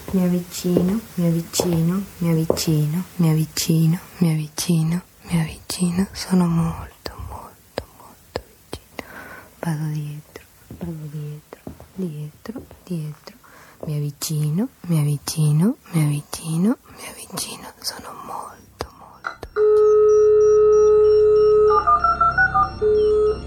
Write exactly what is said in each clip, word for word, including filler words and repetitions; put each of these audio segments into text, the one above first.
mi avvicino, mi avvicino, mi avvicino, mi avvicino, mi avvicino, mi avvicino, sono molto, molto, molto vicino. Vado dietro, vado dietro, dietro, dietro, mi avvicino, mi avvicino, mi avvicino, mi avvicino, sono molto, molto vicino.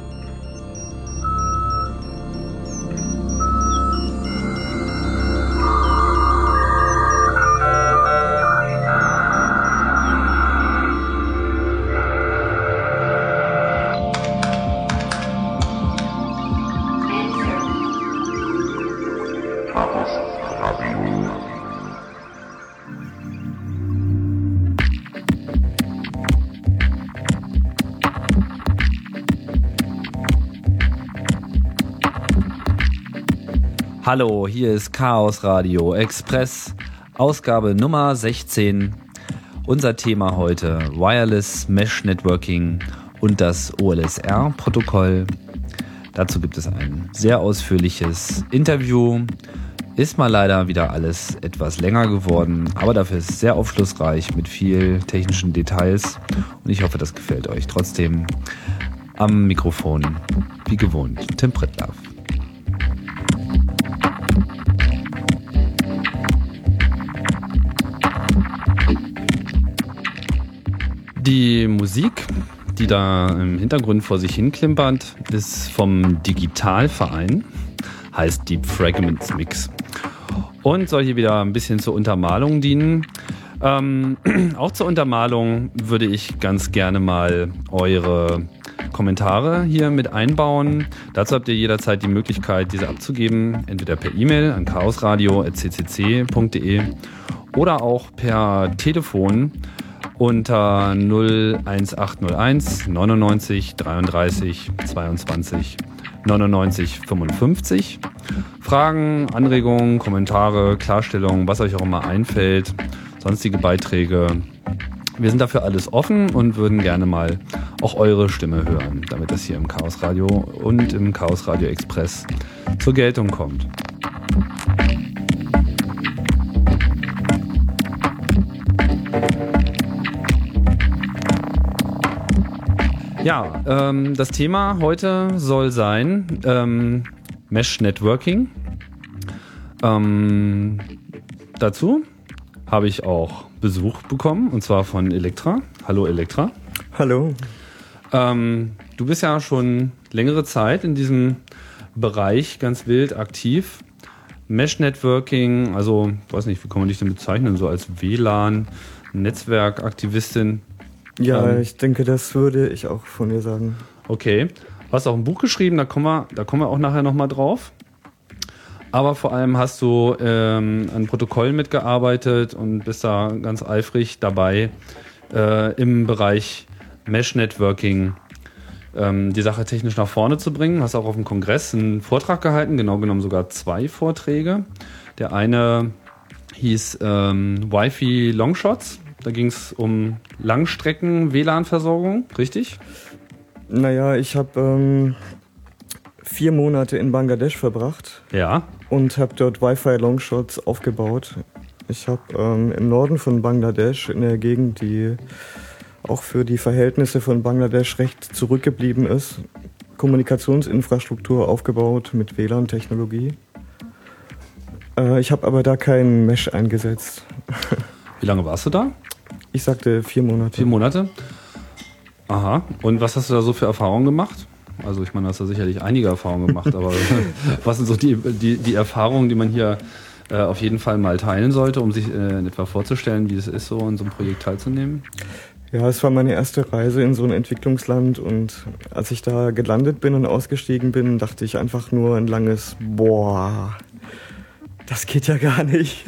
Hallo, hier ist Chaos Radio Express, Ausgabe Nummer sechzehn. Unser Thema heute Wireless Mesh Networking und das O L S R-Protokoll. Dazu gibt es ein sehr ausführliches Interview. Ist mal leider wieder alles etwas länger geworden, aber dafür ist es sehr aufschlussreich mit viel technischen Details und ich hoffe, das gefällt euch. Trotzdem am Mikrofon, wie gewohnt, Tim Prittlaff. Die Musik, die da im Hintergrund vor sich hin klimpert, ist vom Digitalverein, heißt Deep Fragments Mix und soll hier wieder ein bisschen zur Untermalung dienen. Ähm, auch zur Untermalung würde ich ganz gerne mal eure Kommentare hier mit einbauen. Dazu habt ihr jederzeit die Möglichkeit, diese abzugeben, entweder per E-Mail an chaosradio at c c c punkt d e oder auch per Telefon unter null eins acht null eins neunundneunzig dreiunddreißig zweiundzwanzig neunundneunzig fünfundfünfzig. Fragen, Anregungen, Kommentare, Klarstellungen, was euch auch immer einfällt, sonstige Beiträge. Wir sind dafür alles offen und würden gerne mal auch eure Stimme hören, damit das hier im Chaos Radio und im Chaos Radio Express zur Geltung kommt. Ja, ähm, das Thema heute soll sein ähm, Mesh Networking. Ähm, dazu habe ich auch Besuch bekommen, und zwar von Elektra. Hallo Elektra. Hallo. Ähm, du bist ja schon längere Zeit in diesem Bereich ganz wild aktiv. Mesh Networking, also ich weiß nicht, wie kann man dich denn bezeichnen, so als W L A N-Netzwerkaktivistin? Ja, ähm, ich denke, das würde ich auch von dir sagen. Okay. Du hast auch ein Buch geschrieben, da kommen wir, da kommen wir auch nachher nochmal drauf. Aber vor allem hast du ähm, an Protokollen mitgearbeitet und bist da ganz eifrig dabei, äh, im Bereich Mesh Networking ähm, die Sache technisch nach vorne zu bringen. Hast auch auf dem Kongress einen Vortrag gehalten, genau genommen sogar zwei Vorträge. Der eine hieß ähm, Wi-Fi Longshots. Da ging es um Langstrecken-W L A N-Versorgung, richtig? Naja, ich habe ähm, vier Monate in Bangladesch verbracht. Ja. Und habe dort Wi-Fi Longshots aufgebaut. Ich habe ähm, im Norden von Bangladesch, in der Gegend, die auch für die Verhältnisse von Bangladesch recht zurückgeblieben ist, Kommunikationsinfrastruktur aufgebaut mit W L A N-Technologie. Äh, ich habe aber da keinen Mesh eingesetzt. Wie lange warst du da? Ich sagte vier Monate. Vier Monate? Aha. Und was hast du da so für Erfahrungen gemacht? Also ich meine, du hast da sicherlich einige Erfahrungen gemacht, aber was sind so die, die, die Erfahrungen, die man hier äh, auf jeden Fall mal teilen sollte, um sich äh, in etwa vorzustellen, wie es ist, so in so einem Projekt teilzunehmen? Ja, es war meine erste Reise in so ein Entwicklungsland und als ich da gelandet bin und ausgestiegen bin, dachte ich einfach nur ein langes Boah. Das geht ja gar nicht.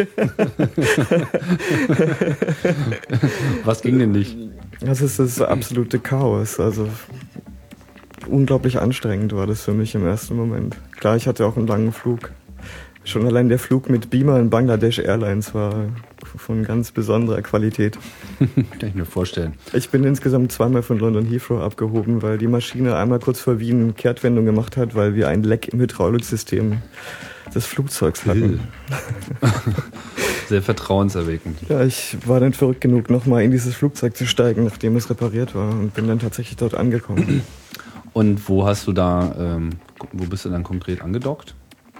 Was ging denn nicht? Das ist das absolute Chaos. Also unglaublich anstrengend war das für mich im ersten Moment. Klar, ich hatte auch einen langen Flug. Schon allein der Flug mit Beamer in Bangladesh Airlines war von ganz besonderer Qualität. Kann ich mir vorstellen. Ich bin insgesamt zweimal von London Heathrow abgehoben, weil die Maschine einmal kurz vor Wien Kehrtwendung gemacht hat, weil wir ein Leck im Hydrauliksystem des Flugzeugs hatten. sehr vertrauenserweckend. Ja, ich war dann verrückt genug, nochmal in dieses Flugzeug zu steigen, nachdem es repariert war und bin dann tatsächlich dort angekommen. Und wo hast du da, ähm, wo bist du dann konkret angedockt?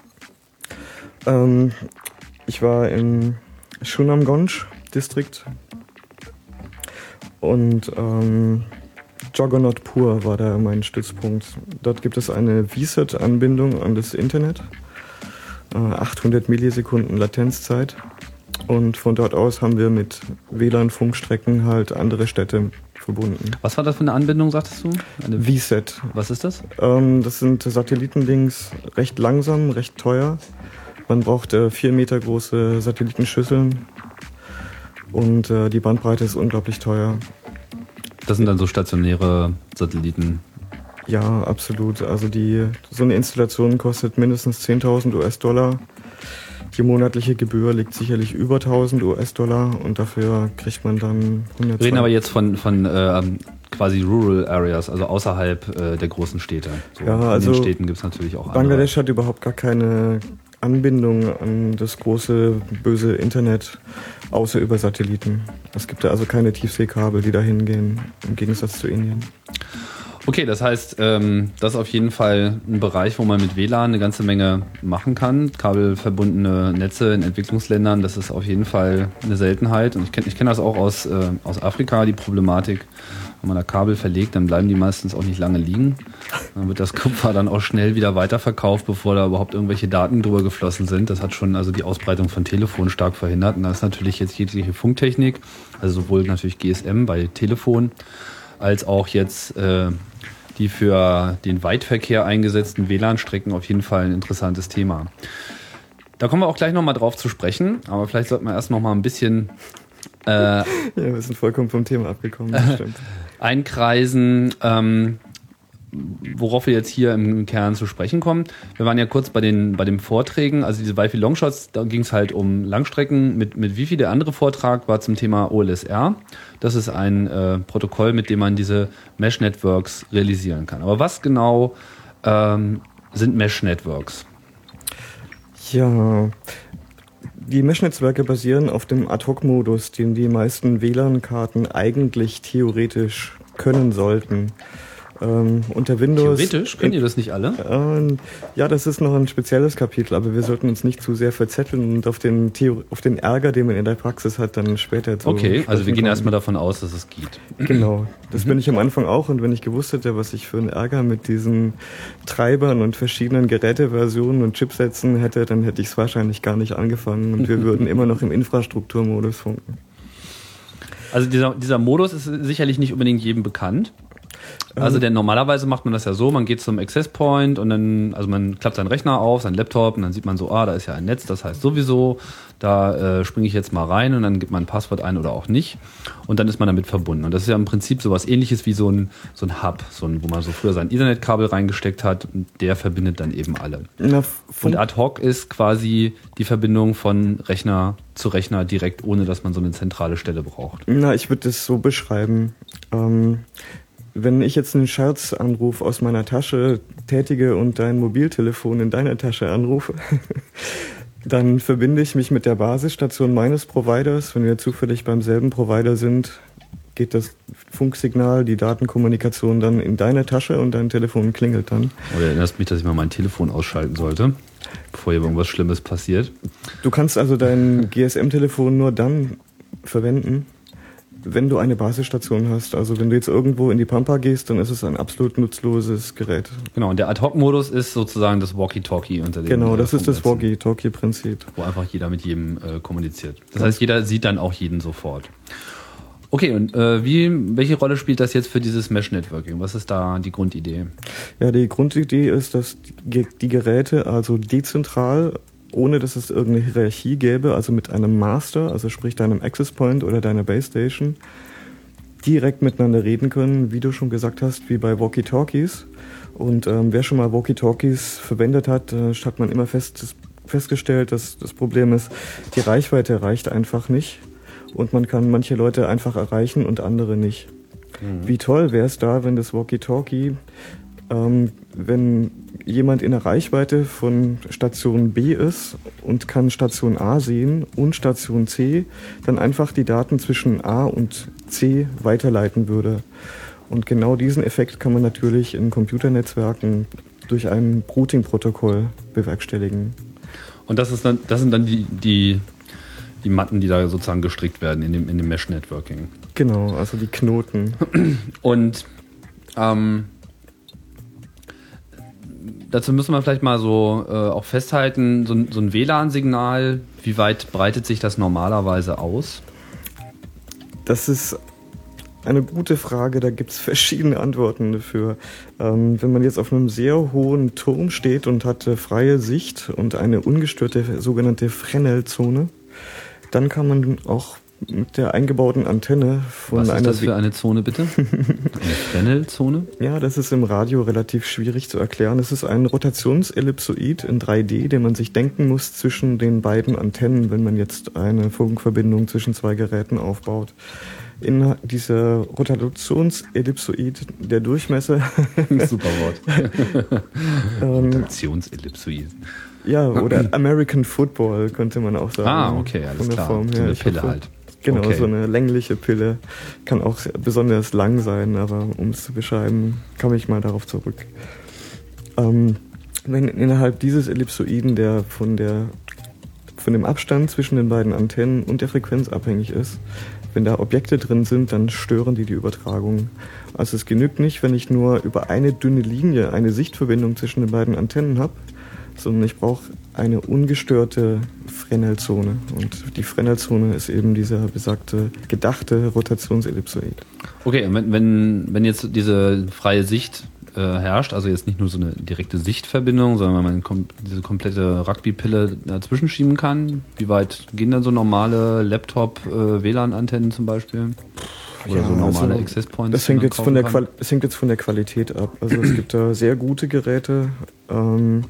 Ähm, ich war im Sunamganj-Distrikt und ähm, Jagannathpur war da mein Stützpunkt. Dort gibt es eine V SAT-Anbindung an das Internet, äh, achthundert Millisekunden Latenzzeit und von dort aus haben wir mit W L A N-Funkstrecken halt andere Städte verbunden. Was war das für eine Anbindung, sagtest du? Eine V SAT. Was ist das? Ähm, das sind Satellitenlinks, recht langsam, recht teuer. Man braucht äh, vier Meter große Satellitenschüsseln und äh, die Bandbreite ist unglaublich teuer. Das sind dann so stationäre Satelliten? Ja, absolut. Also die so eine Installation kostet mindestens zehntausend US-Dollar. Die monatliche Gebühr liegt sicherlich über tausend US-Dollar und dafür kriegt man dann hundert. Wir reden aber jetzt von, von äh, quasi Rural Areas, also außerhalb äh, der großen Städte. So, ja, also in den Städten gibt es natürlich auch andere. Bangladesch hat überhaupt gar keine Anbindung an das große, böse Internet, außer über Satelliten. Es gibt da also keine Tiefseekabel, die da hingehen, im Gegensatz zu Indien. Okay, das heißt, ähm, das ist auf jeden Fall ein Bereich, wo man mit W L A N eine ganze Menge machen kann. Kabelverbundene Netze in Entwicklungsländern, das ist auf jeden Fall eine Seltenheit. Und ich kenne ich kenn das auch aus, äh, aus Afrika, die Problematik. Wenn man da Kabel verlegt, dann bleiben die meistens auch nicht lange liegen. Dann wird das Kupfer dann auch schnell wieder weiterverkauft, bevor da überhaupt irgendwelche Daten drüber geflossen sind. Das hat schon also die Ausbreitung von Telefonen stark verhindert. Und da ist natürlich jetzt jegliche Funktechnik, also sowohl natürlich G S M bei Telefon, als auch jetzt äh, die für den Weitverkehr eingesetzten W L A N-Strecken auf jeden Fall ein interessantes Thema. Da kommen wir auch gleich nochmal drauf zu sprechen, aber vielleicht sollten wir erst nochmal ein bisschen äh, ja, wir sind vollkommen vom Thema abgekommen, das stimmt. einkreisen, ähm, worauf wir jetzt hier im Kern zu sprechen kommen. Wir waren ja kurz bei den bei den Vorträgen, also diese Wi-Fi Longshots, da ging es halt um Langstrecken mit mit Wi-Fi. Der andere Vortrag war zum Thema O L S R. Das ist ein äh, Protokoll, mit dem man diese Mesh-Networks realisieren kann. Aber was genau ähm, sind Mesh-Networks? Ja, die Mesh-Netzwerke basieren auf dem Ad-Hoc-Modus, den die meisten W L A N-Karten eigentlich theoretisch können sollten. Ähm, unter Windows. Theoretisch? Können die das nicht alle? Ähm, ja, das ist noch ein spezielles Kapitel, aber wir sollten uns nicht zu sehr verzetteln und auf den, Theor- auf den Ärger, den man in der Praxis hat, dann später zu. Okay, also wir gehen erstmal davon aus, dass es geht. Genau, das mhm. bin ich am Anfang auch, und wenn ich gewusst hätte, was ich für einen Ärger mit diesen Treibern und verschiedenen Geräteversionen und Chipsätzen hätte, dann hätte ich es wahrscheinlich gar nicht angefangen und wir würden immer noch im Infrastrukturmodus funken. Also dieser, dieser Modus ist sicherlich nicht unbedingt jedem bekannt. Also denn normalerweise macht man das ja so, man geht zum Access Point und dann, also man klappt seinen Rechner auf, seinen Laptop, und dann sieht man so, ah, da ist ja ein Netz, das heißt sowieso, da äh, springe ich jetzt mal rein und dann gibt man ein Passwort ein oder auch nicht und dann ist man damit verbunden. Und das ist ja im Prinzip sowas Ähnliches wie so ein, so ein Hub, so ein, wo man so früher sein Ethernet-Kabel reingesteckt hat und der verbindet dann eben alle. Na, und Ad-Hoc ist quasi die Verbindung von Rechner zu Rechner direkt, ohne dass man so eine zentrale Stelle braucht. Na, ich würde das so beschreiben, ähm, wenn ich jetzt einen Scherzanruf aus meiner Tasche tätige und dein Mobiltelefon in deiner Tasche anrufe, dann verbinde ich mich mit der Basisstation meines Providers. Wenn wir zufällig beim selben Provider sind, geht das Funksignal, die Datenkommunikation dann in deine Tasche und dein Telefon klingelt dann. Oder erinnerst mich, dass ich mal mein Telefon ausschalten sollte, bevor hier irgendwas Schlimmes passiert. Du kannst also dein G S M-Telefon nur dann verwenden, wenn du eine Basisstation hast. Also wenn du jetzt irgendwo in die Pampa gehst, dann ist es ein absolut nutzloses Gerät. Genau, und der Ad-Hoc-Modus ist sozusagen das Walkie-Talkie unter dem. Genau, das ist das Walkie-Talkie-Prinzip. Wo einfach jeder mit jedem äh, kommuniziert. Das heißt, jeder sieht dann auch jeden sofort. Okay, und äh, wie, welche Rolle spielt das jetzt für dieses Mesh-Networking? Was ist da die Grundidee? Ja, die Grundidee ist, dass die, die Geräte also dezentral, ohne dass es irgendeine Hierarchie gäbe, also mit einem Master, also sprich deinem Access Point oder deiner Base Station, direkt miteinander reden können, wie du schon gesagt hast, wie bei Walkie-Talkies. Und ähm, wer schon mal Walkie-Talkies verwendet hat, äh, hat man immer fest, festgestellt, dass das Problem ist, die Reichweite reicht einfach nicht und man kann manche Leute einfach erreichen und andere nicht. Mhm. Wie toll wäre es da, wenn das Walkie-Talkie ähm, wenn jemand in der Reichweite von Station B ist und kann Station A sehen und Station C, dann einfach die Daten zwischen A und C weiterleiten würde. Und genau diesen Effekt kann man natürlich in Computernetzwerken durch ein Routing-Protokoll bewerkstelligen. Und das ist dann, das sind dann die, die, die Matten, die da sozusagen gestrickt werden in dem, in dem Mesh-Networking. Genau, also die Knoten. Und ähm, dazu müssen wir vielleicht mal so äh, auch festhalten, so, so ein W L A N-Signal, wie weit breitet sich das normalerweise aus? Das ist eine gute Frage, da gibt es verschiedene Antworten dafür. Ähm, wenn man jetzt auf einem sehr hohen Turm steht und hat äh, freie Sicht und eine ungestörte sogenannte Fresnel-Zone, dann kann man auch mit der eingebauten Antenne von Was ist einer... das für eine Zone, bitte? Eine Fresnel-Zone? Ja, das ist im Radio relativ schwierig zu erklären. Es ist ein Rotationsellipsoid in drei D, den man sich denken muss zwischen den beiden Antennen, wenn man jetzt eine Funkverbindung zwischen zwei Geräten aufbaut. In dieser Rotationsellipsoid, der Durchmesser... Super Wort. Rotationsellipsoid. Ja, oder American Football könnte man auch sagen. Ah, okay, alles von der klar. Form her. So eine Ich Pille hoffe, halt. Genau, Okay. so eine längliche Pille. Kann auch besonders lang sein, aber um es zu beschreiben, komme ich mal darauf zurück. Ähm, wenn innerhalb dieses Ellipsoiden, der von der von dem Abstand zwischen den beiden Antennen und der Frequenz abhängig ist, wenn da Objekte drin sind, dann stören die die Übertragung. Also es genügt nicht, wenn ich nur über eine dünne Linie eine Sichtverbindung zwischen den beiden Antennen habe, sondern ich brauche eine ungestörte Fresnel-Zone. Und die Fresnel-Zone ist eben dieser besagte, gedachte Rotationsellipsoid. Okay, wenn, wenn, wenn jetzt diese freie Sicht äh, herrscht, also jetzt nicht nur so eine direkte Sichtverbindung, sondern wenn man kom- diese komplette Rugby-Pille dazwischen schieben kann, wie weit gehen dann so normale Laptop-W L A N-Antennen zum Beispiel? Oder Ja, so normale also Access Points? Das die hängt, man jetzt von der kaufen Qual- das hängt jetzt von der Qualität ab. Also es gibt da sehr gute Geräte. Ähm,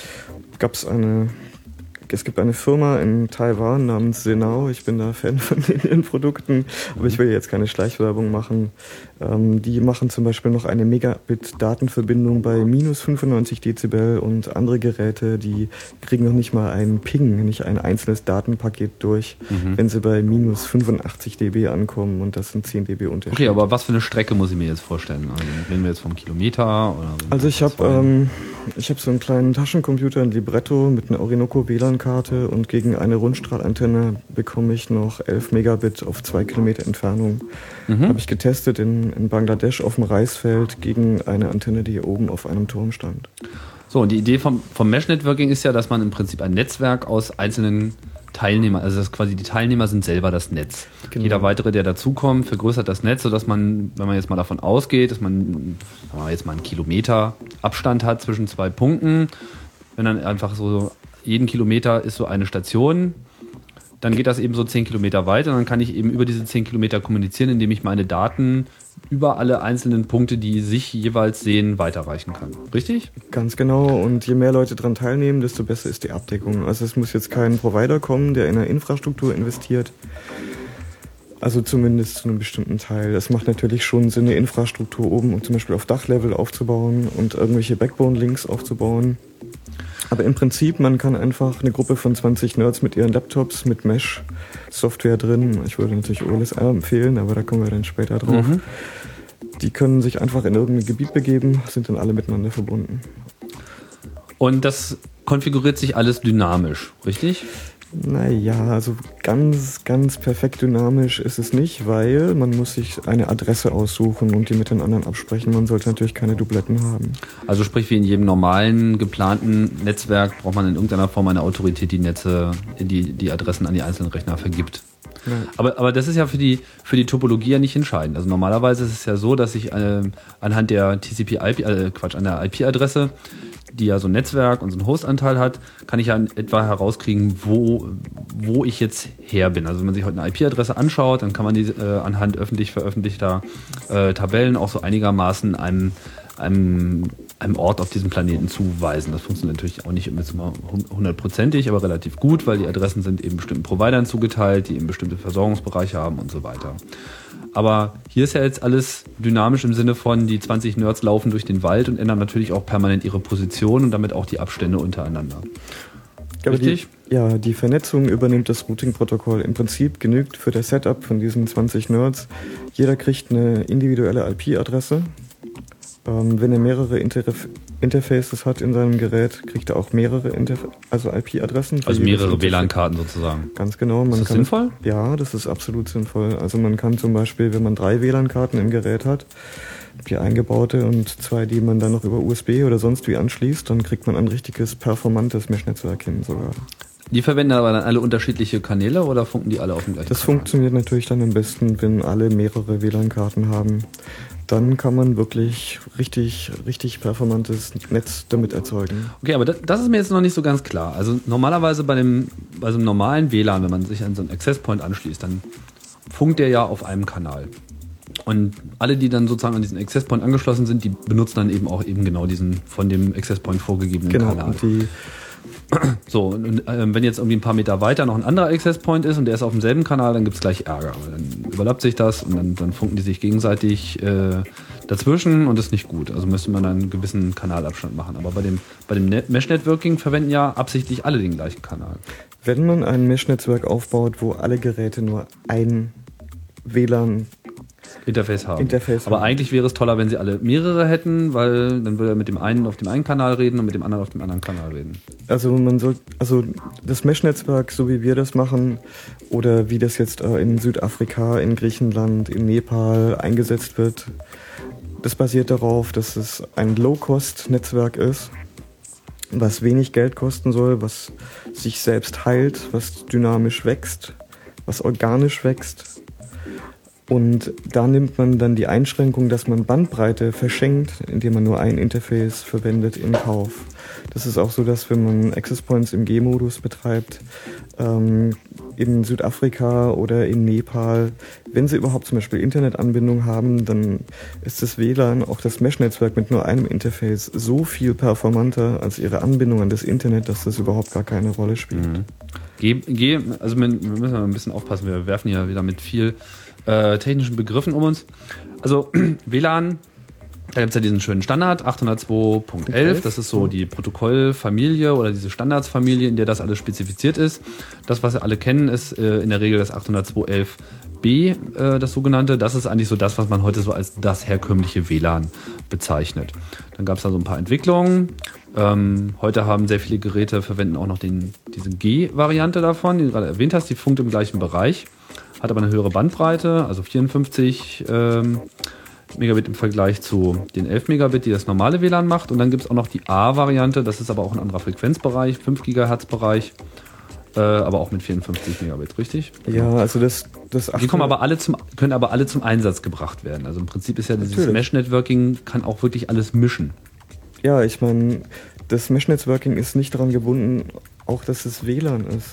gab's eine, es gibt eine Firma in Taiwan namens Senao. Ich bin da Fan von den Produkten, aber ich will jetzt keine Schleichwerbung machen. Ähm, die machen zum Beispiel noch eine Megabit-Datenverbindung bei minus fünfundneunzig Dezibel und andere Geräte, die kriegen noch nicht mal einen Ping, nicht ein einzelnes Datenpaket durch, Mhm. wenn sie bei minus fünfundachtzig dB ankommen und das sind zehn dB Unterschied. Okay, aber was für eine Strecke muss ich mir jetzt vorstellen? Also reden wir jetzt vom Kilometer? Oder Also ich habe ähm, ich hab so einen kleinen Taschencomputer, ein Libretto mit einer Orinoco W L A N-Karte und gegen eine Rundstrahlantenne bekomme ich noch elf Megabit auf zwei Kilometer Entfernung. Mhm. Habe ich getestet in, in Bangladesch auf dem Reisfeld gegen eine Antenne, die hier oben auf einem Turm stand. So, und die Idee vom, vom Mesh-Networking ist ja, dass man im Prinzip ein Netzwerk aus einzelnen Teilnehmern, also das quasi die Teilnehmer sind selber das Netz. Genau. Jeder weitere, der dazukommt, vergrößert das Netz, sodass man, wenn man jetzt mal davon ausgeht, dass man, wenn man jetzt mal einen Kilometer Abstand hat zwischen zwei Punkten, wenn dann einfach so jeden Kilometer ist so eine Station, dann geht das eben so zehn Kilometer weiter und dann kann ich eben über diese zehn Kilometer kommunizieren, indem ich meine Daten über alle einzelnen Punkte, die sich jeweils sehen, weiterreichen kann. Richtig? Ganz genau. Und je mehr Leute daran teilnehmen, desto besser ist die Abdeckung. Also es muss jetzt kein Provider kommen, der in eine Infrastruktur investiert. Also zumindest zu einem bestimmten Teil. Es macht natürlich schon Sinn, eine Infrastruktur oben und zum Beispiel auf Dachlevel aufzubauen und irgendwelche Backbone-Links aufzubauen. Aber im Prinzip, man kann einfach eine Gruppe von zwanzig Nerds mit ihren Laptops, mit Mesh-Software drin, ich würde natürlich O L S R empfehlen, aber da kommen wir dann später drauf, Mhm. die können sich einfach in irgendein Gebiet begeben, sind dann alle miteinander verbunden. Und das konfiguriert sich alles dynamisch, richtig? Naja, also ganz, ganz perfekt dynamisch ist es nicht, weil man muss sich eine Adresse aussuchen und die mit den anderen absprechen. Man sollte natürlich keine Dubletten haben. Also sprich, wie in jedem normalen, geplanten Netzwerk braucht man in irgendeiner Form eine Autorität, die Netze, die, die Adressen an die einzelnen Rechner vergibt. Ja. Aber, aber das ist ja für die, für die Topologie ja nicht entscheidend. Also normalerweise ist es ja so, dass ich äh, anhand der T C P-I P, äh, Quatsch, an der I P-Adresse, die ja so ein Netzwerk und so einen Hostanteil hat, kann ich ja in etwa herauskriegen, wo, wo ich jetzt her bin. Also wenn man sich heute eine I P-Adresse anschaut, dann kann man die äh, anhand öffentlich veröffentlichter äh, Tabellen auch so einigermaßen einem, einem, einem Ort auf diesem Planeten zuweisen. Das funktioniert natürlich auch nicht immer hundertprozentig, aber relativ gut, weil die Adressen sind eben bestimmten Providern zugeteilt, die eben bestimmte Versorgungsbereiche haben und so weiter. Aber hier ist ja jetzt alles dynamisch im Sinne von, die zwanzig Nerds laufen durch den Wald und ändern natürlich auch permanent ihre Position und damit auch die Abstände untereinander. Richtig? Die, ja, die Vernetzung übernimmt das Routing-Protokoll. Im Prinzip genügt für das Setup von diesen zwanzig Nerds, jeder kriegt eine individuelle I P-Adresse. Ähm, wenn er mehrere Interf- Interfaces hat in seinem Gerät, kriegt er auch mehrere Interf- also I P-Adressen. Also mehrere W L A N-Karten sozusagen. Ganz genau. Man ist das kann, sinnvoll? Ja, das ist absolut sinnvoll. Also man kann zum Beispiel, wenn man drei W L A N-Karten im Gerät hat, die eingebaute und zwei, die man dann noch über U S B oder sonst wie anschließt, dann kriegt man ein richtiges performantes Mesh-Netzwerk hin sogar. Die verwenden aber dann alle unterschiedliche Kanäle oder funken die alle auf dem gleichen Das Kanal? funktioniert natürlich dann am besten, wenn alle mehrere W L A N-Karten haben. Dann kann man wirklich richtig, richtig performantes Netz damit erzeugen. Okay, aber das, das ist mir jetzt noch nicht so ganz klar. Also normalerweise bei dem, bei so einem normalen W L A N, wenn man sich an so einen Access Point anschließt, dann funkt der ja auf einem Kanal. Und alle, die dann sozusagen an diesen Access Point angeschlossen sind, die benutzen dann eben auch eben genau diesen von dem Access Point vorgegebenen Genau, Kanal. und die So, und, und äh, wenn jetzt irgendwie ein paar Meter weiter noch ein anderer Access Point ist und der ist auf demselben Kanal, dann gibt es gleich Ärger. Dann überlappt sich das und dann, dann funken die sich gegenseitig äh, dazwischen und das ist nicht gut. Also müsste man einen gewissen Kanalabstand machen. Aber bei dem, bei dem Net- Mesh-Networking verwenden ja absichtlich alle den gleichen Kanal. Wenn man ein Mesh-Netzwerk aufbaut, wo alle Geräte nur ein W L A N Interface haben. Interface Aber haben. eigentlich wäre es toller, wenn sie alle mehrere hätten, weil dann würde er mit dem einen auf dem einen Kanal reden und mit dem anderen auf dem anderen Kanal reden. Also man soll, also das Mesh-Netzwerk, so wie wir das machen, oder wie das jetzt äh, in Südafrika, in Griechenland, in Nepal eingesetzt wird, das basiert darauf, dass es ein Low-Cost-Netzwerk ist, was wenig Geld kosten soll, was sich selbst heilt, was dynamisch wächst, was organisch wächst. Und da nimmt man dann die Einschränkung, dass man Bandbreite verschenkt, indem man nur ein Interface verwendet, in Kauf. Das ist auch so, dass wenn man Access Points im G-Modus betreibt, ähm, in Südafrika oder in Nepal, wenn sie überhaupt zum Beispiel Internetanbindung haben, dann ist das W L A N, auch das Mesh-Netzwerk mit nur einem Interface, so viel performanter als ihre Anbindung an das Internet, dass das überhaupt gar keine Rolle spielt. Mhm. G, G, also wir müssen mal ein bisschen aufpassen, wir werfen ja wieder mit viel äh, technischen Begriffen um uns. Also W L A N, da gibt es ja diesen schönen Standard achthundertzwei Punkt elf, das ist so die Protokollfamilie oder diese Standardsfamilie, in der das alles spezifiziert ist. Das, was wir alle kennen, ist äh, in der Regel das achthundertzwei Punkt elf b, äh, das sogenannte. Das ist eigentlich so das, was man heute so als das herkömmliche W L A N bezeichnet. Dann gab es da so ein paar Entwicklungen. Ähm, heute haben sehr viele Geräte, verwenden auch noch den, diese G-Variante davon, die du gerade erwähnt hast, die funkt im gleichen Bereich, hat aber eine höhere Bandbreite, also vierundfünfzig ähm, Megabit im Vergleich zu den elf Megabit, die das normale W L A N macht. Und dann gibt es auch noch die A-Variante, das ist aber auch ein anderer Frequenzbereich, fünf Gigahertz-Bereich, äh, aber auch mit vierundfünfzig Megabit, richtig? Ja, also das, das Die kommen aber alle zum, können aber alle zum Einsatz gebracht werden. Also im Prinzip ist ja dieses Natürlich. Mesh-Networking, kann auch wirklich alles mischen. Ja, ich meine, das Mesh-Networking ist nicht daran gebunden, auch dass es W L A N ist.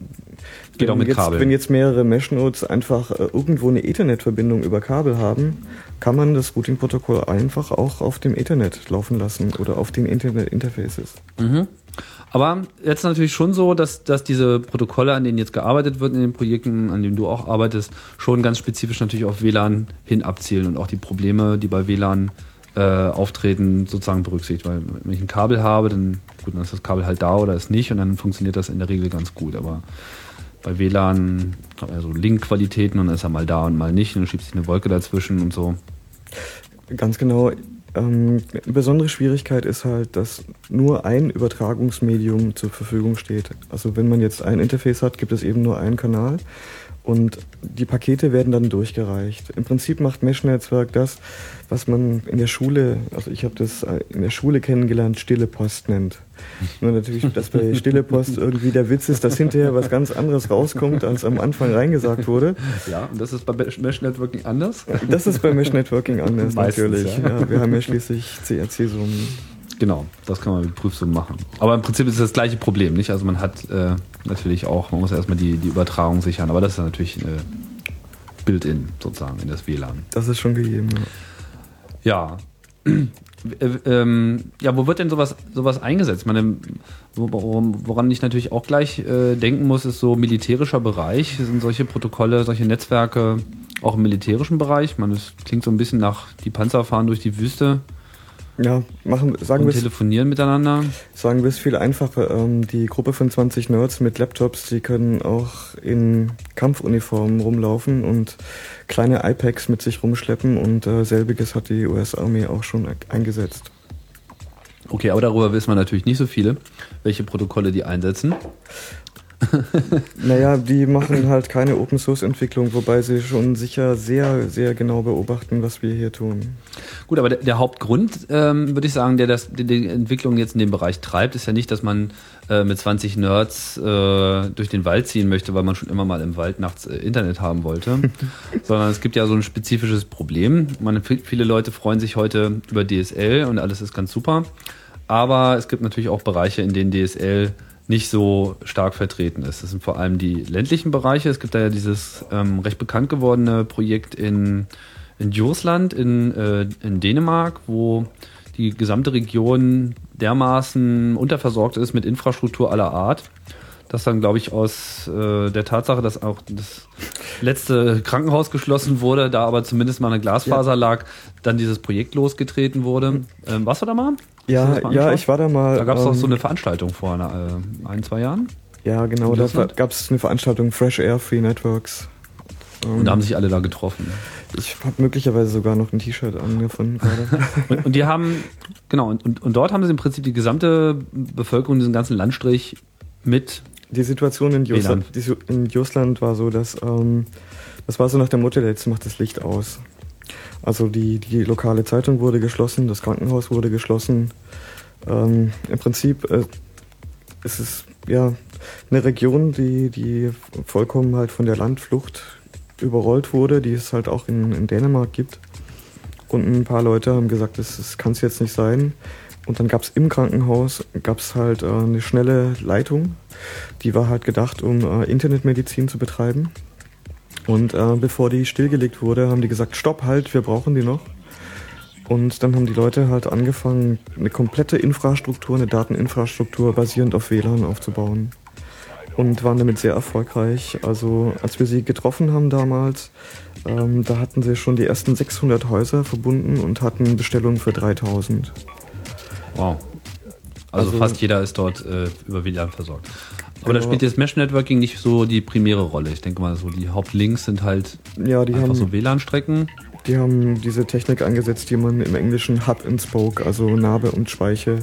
Geht auch mit jetzt, Kabel. Wenn jetzt mehrere Mesh-Nodes einfach äh, irgendwo eine Ethernet-Verbindung über Kabel haben, kann man das Routing-Protokoll einfach auch auf dem Ethernet laufen lassen oder auf den Internet-Interfaces. Mhm. Aber jetzt natürlich schon so, dass, dass diese Protokolle, an denen jetzt gearbeitet wird in den Projekten, an denen du auch arbeitest, schon ganz spezifisch natürlich auf W L A N hin abzielen und auch die Probleme, die bei W L A N äh, auftreten, sozusagen berücksichtigt. Weil wenn ich ein Kabel habe, dann, gut, dann ist das Kabel halt da oder ist nicht und dann funktioniert das in der Regel ganz gut. Aber bei W L A N hat man ja so Link-Qualitäten und dann ist er mal da und mal nicht und dann schiebt sich eine Wolke dazwischen und so. Ganz genau. Ähm, eine besondere Schwierigkeit ist halt, dass nur ein Übertragungsmedium zur Verfügung steht. Also wenn man jetzt ein Interface hat, gibt es eben nur einen Kanal und die Pakete werden dann durchgereicht. Im Prinzip macht Mesh-Netzwerk das, was man in der Schule, also ich habe das in der Schule kennengelernt, stille Post nennt. Nur natürlich, dass bei stille Post irgendwie der Witz ist, dass hinterher was ganz anderes rauskommt, als am Anfang reingesagt wurde. Ja, und das ist bei Mesh-Networking anders? Das ist bei Mesh-Networking anders, Meistens, natürlich. ja. Ja, wir haben ja schließlich C R C-Summen. Genau, das kann man mit Prüfsummen machen. Aber im Prinzip ist es das gleiche Problem, nicht? Also man hat äh, natürlich auch, man muss erstmal die, die Übertragung sichern, aber das ist natürlich äh, Built-in sozusagen in das W L A N. Das ist schon gegeben, ja. Ja. Äh, ähm, ja, wo wird denn sowas, sowas eingesetzt? Ich meine, woran, woran ich natürlich auch gleich äh, denken muss, ist so militärischer Bereich. Sind solche Protokolle, solche Netzwerke auch im militärischen Bereich. Man, es klingt so ein bisschen nach, die Panzer fahren durch die Wüste. Ja, machen, sagen und wir telefonieren miteinander. Sagen wir es viel einfacher. Ähm, die Gruppe von zwanzig Nerds mit Laptops, die können auch in Kampfuniformen rumlaufen und kleine iPads mit sich rumschleppen und äh, selbiges hat die U S-Armee auch schon eingesetzt. Okay, aber darüber wissen wir natürlich nicht so viele, welche Protokolle die einsetzen. Naja, die machen halt keine Open-Source-Entwicklung, wobei sie schon sicher sehr, sehr genau beobachten, was wir hier tun. Gut, aber der, der Hauptgrund, ähm, würde ich sagen, der das, die, die Entwicklung jetzt in dem Bereich treibt, ist ja nicht, dass man äh, mit zwanzig Nerds äh, durch den Wald ziehen möchte, weil man schon immer mal im Wald nachts äh, Internet haben wollte, sondern es gibt ja so ein spezifisches Problem. Man, viele Leute freuen sich heute über D S L und alles ist ganz super, aber es gibt natürlich auch Bereiche, in denen D S L nicht so stark vertreten ist. Das sind vor allem die ländlichen Bereiche. Es gibt da ja dieses ähm, recht bekannt gewordene Projekt in, in Djursland in, äh, in Dänemark, wo die gesamte Region dermaßen unterversorgt ist mit Infrastruktur aller Art, dass dann, glaube ich, aus äh, der Tatsache, dass auch das letzte Krankenhaus geschlossen wurde, da aber zumindest mal eine Glasfaser ja. lag, dann dieses Projekt losgetreten wurde. Ähm, warst du da mal? Ja, ja, ich war da mal. Da gab es ähm, auch so eine Veranstaltung vor äh, ein, zwei Jahren. Ja, genau, da gab es eine Veranstaltung Fresh Air Free Networks. Ähm, und da haben sich alle da getroffen. Ich habe möglicherweise sogar noch ein T-Shirt angefunden gerade. und, und die haben, genau, und, und, und dort haben sie im Prinzip die gesamte Bevölkerung, diesen ganzen Landstrich mit. Die Situation in Jusland, in Jusland war so, dass ähm, das war so nach dem Motto, jetzt macht das Licht aus. Also die, die lokale Zeitung wurde geschlossen, das Krankenhaus wurde geschlossen. Ähm, Im Prinzip äh, ist es ja eine Region, die, die vollkommen halt von der Landflucht überrollt wurde, die es halt auch in, in Dänemark gibt. Und ein paar Leute haben gesagt, das, das kann es jetzt nicht sein. Und dann gab es im Krankenhaus gab's halt äh, eine schnelle Leitung, die war halt gedacht, um äh, Internetmedizin zu betreiben. Und äh, bevor die stillgelegt wurde, haben die gesagt, stopp, halt, wir brauchen die noch. Und dann haben die Leute halt angefangen, eine komplette Infrastruktur, eine Dateninfrastruktur basierend auf W L A N aufzubauen. Und waren damit sehr erfolgreich. Also als wir sie getroffen haben damals, ähm, da hatten sie schon die ersten sechshundert Häuser verbunden und hatten Bestellungen für dreitausend. Wow. Also, also fast jeder ist dort äh, über W L A N versorgt. Aber genau. Da spielt das Mesh-Networking nicht so die primäre Rolle. Ich denke mal, so die Hauptlinks sind halt ja, die einfach haben, so W L A N-Strecken. Die haben diese Technik eingesetzt, die man im Englischen Hub and Spoke, also Narbe und Speiche,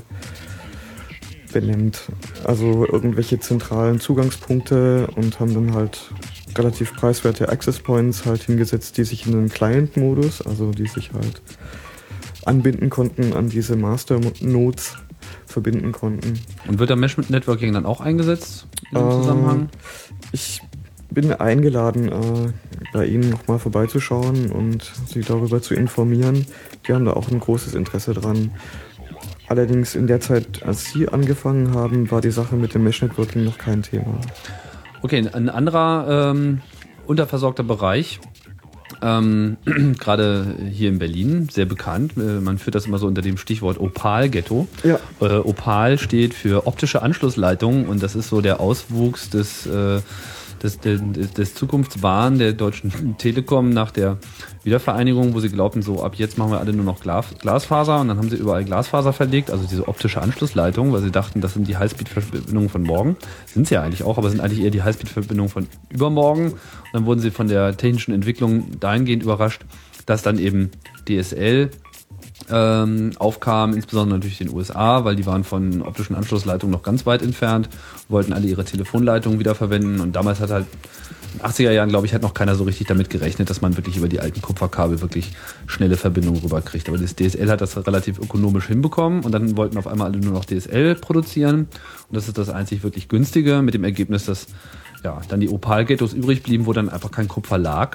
benennt. Also irgendwelche zentralen Zugangspunkte und haben dann halt relativ preiswerte Access Points halt hingesetzt, die sich in den Client-Modus, also die sich halt anbinden konnten an diese Master-Nodes, verbinden konnten. Und wird da Mesh-Networking dann auch eingesetzt in dem äh, Zusammenhang? Ich bin eingeladen, äh, bei Ihnen nochmal vorbeizuschauen und Sie darüber zu informieren. Die haben da auch ein großes Interesse dran. Allerdings in der Zeit, als Sie angefangen haben, war die Sache mit dem Mesh-Networking noch kein Thema. Okay, ein anderer ähm, unterversorgter Bereich, ähm, gerade hier in Berlin, sehr bekannt. Äh, man führt das immer so unter dem Stichwort Opal-Ghetto. Ja. Äh, Opal steht für optische Anschlussleitung und das ist so der Auswuchs des, äh, des, des, des Zukunftswahn der Deutschen Telekom nach der Wiedervereinigung, wo sie glaubten, so ab jetzt machen wir alle nur noch Glas, Glasfaser und dann haben sie überall Glasfaser verlegt, also diese optische Anschlussleitung, weil sie dachten, das sind die Highspeed-Verbindungen von morgen. Sind sie ja eigentlich auch, aber sind eigentlich eher die Highspeed-Verbindungen von übermorgen. Und dann wurden sie von der technischen Entwicklung dahingehend überrascht, dass dann eben D S L ähm, aufkam, insbesondere natürlich in den U S A, weil die waren von optischen Anschlussleitungen noch ganz weit entfernt, wollten alle ihre Telefonleitungen wiederverwenden und damals hat halt in den achtziger Jahren, glaube ich, hat noch keiner so richtig damit gerechnet, dass man wirklich über die alten Kupferkabel wirklich schnelle Verbindungen rüberkriegt. Aber das D S L hat das relativ ökonomisch hinbekommen und dann wollten auf einmal alle nur noch D S L produzieren und das ist das einzig wirklich günstige, mit dem Ergebnis, dass ja, dann die Opal-Ghettos übrig blieben, wo dann einfach kein Kupfer lag.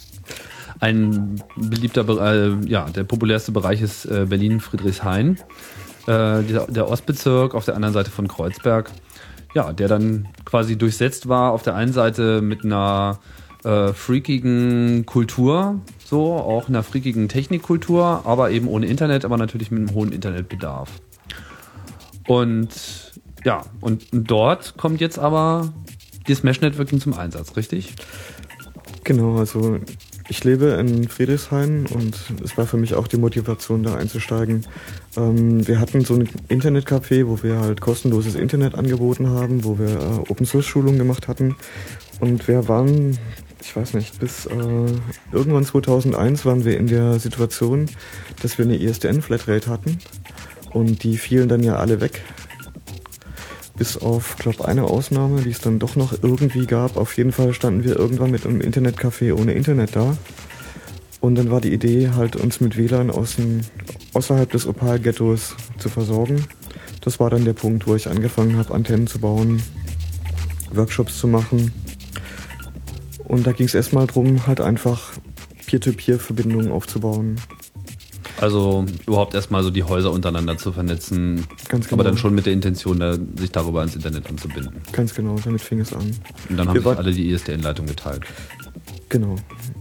Ein beliebter, äh, ja, der populärste Bereich ist äh, Berlin-Friedrichshain, äh, der, der Ostbezirk auf der anderen Seite von Kreuzberg. Ja, der dann quasi durchsetzt war auf der einen Seite mit einer äh, freakigen Kultur, so auch einer freakigen Technikkultur, aber eben ohne Internet, aber natürlich mit einem hohen Internetbedarf. Und ja, und dort kommt jetzt aber das Mesh-Networking zum Einsatz, richtig? Genau, also ich lebe in Friedrichshain und es war für mich auch die Motivation, da einzusteigen. Ähm, wir hatten so ein Internetcafé, wo wir halt kostenloses Internet angeboten haben, wo wir äh, Open-Source-Schulungen gemacht hatten. Und wir waren, ich weiß nicht, bis äh, irgendwann zweitausendeins waren wir in der Situation, dass wir eine I S D N-Flatrate hatten. Und die fielen dann ja alle weg. Bis auf, glaube eine Ausnahme, die es dann doch noch irgendwie gab. Auf jeden Fall standen wir irgendwann mit einem Internetcafé ohne Internet da. Und dann war die Idee, halt uns mit W L A N außen, außerhalb des Opal-Ghettos zu versorgen. Das war dann der Punkt, wo ich angefangen habe, Antennen zu bauen, Workshops zu machen. Und da ging es erstmal darum, halt einfach Peer-to-Peer-Verbindungen aufzubauen. Also überhaupt erstmal so die Häuser untereinander zu vernetzen, Ganz genau. Aber dann schon mit der Intention, da, sich darüber ans Internet anzubinden. Ganz genau, damit fing es an. Und dann haben Wir sich war- alle die I S D N-Leitung geteilt. Genau.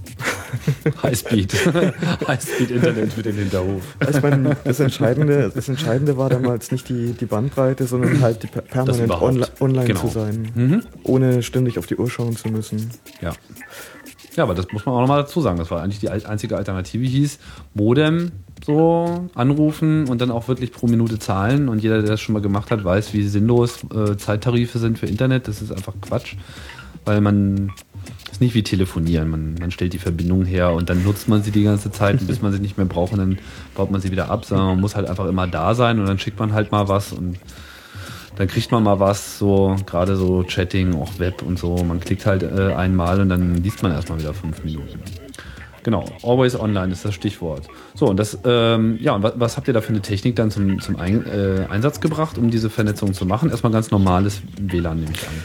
Highspeed. Highspeed-Internet mit dem Hinterhof. Ich meine, das Entscheidende, das Entscheidende war damals nicht die, die Bandbreite, sondern halt die per- permanent überhaupt. onli- online Genau. zu sein, Mhm. ohne ständig auf die Uhr schauen zu müssen. Ja. Ja, aber das muss man auch nochmal dazu sagen. Das war eigentlich die al- einzige Alternative, hieß Modem so anrufen und dann auch wirklich pro Minute zahlen. Und jeder, der das schon mal gemacht hat, weiß, wie sinnlos äh, Zeittarife sind für Internet. Das ist einfach Quatsch, weil man ist nicht wie telefonieren. Man, man stellt die Verbindung her und dann nutzt man sie die ganze Zeit, und bis man sie nicht mehr braucht und dann baut man sie wieder ab. Sondern man muss halt einfach immer da sein und dann schickt man halt mal was und dann kriegt man mal was, so gerade so Chatting, auch Web und so. Man klickt halt äh, einmal und dann liest man erstmal wieder fünf Minuten. Genau, always online ist das Stichwort. So, und das, ähm, ja, und was, was habt ihr da für eine Technik dann zum, zum Ein, äh, Einsatz gebracht, um diese Vernetzung zu machen? Erstmal ganz normales W L A N, nehme ich an.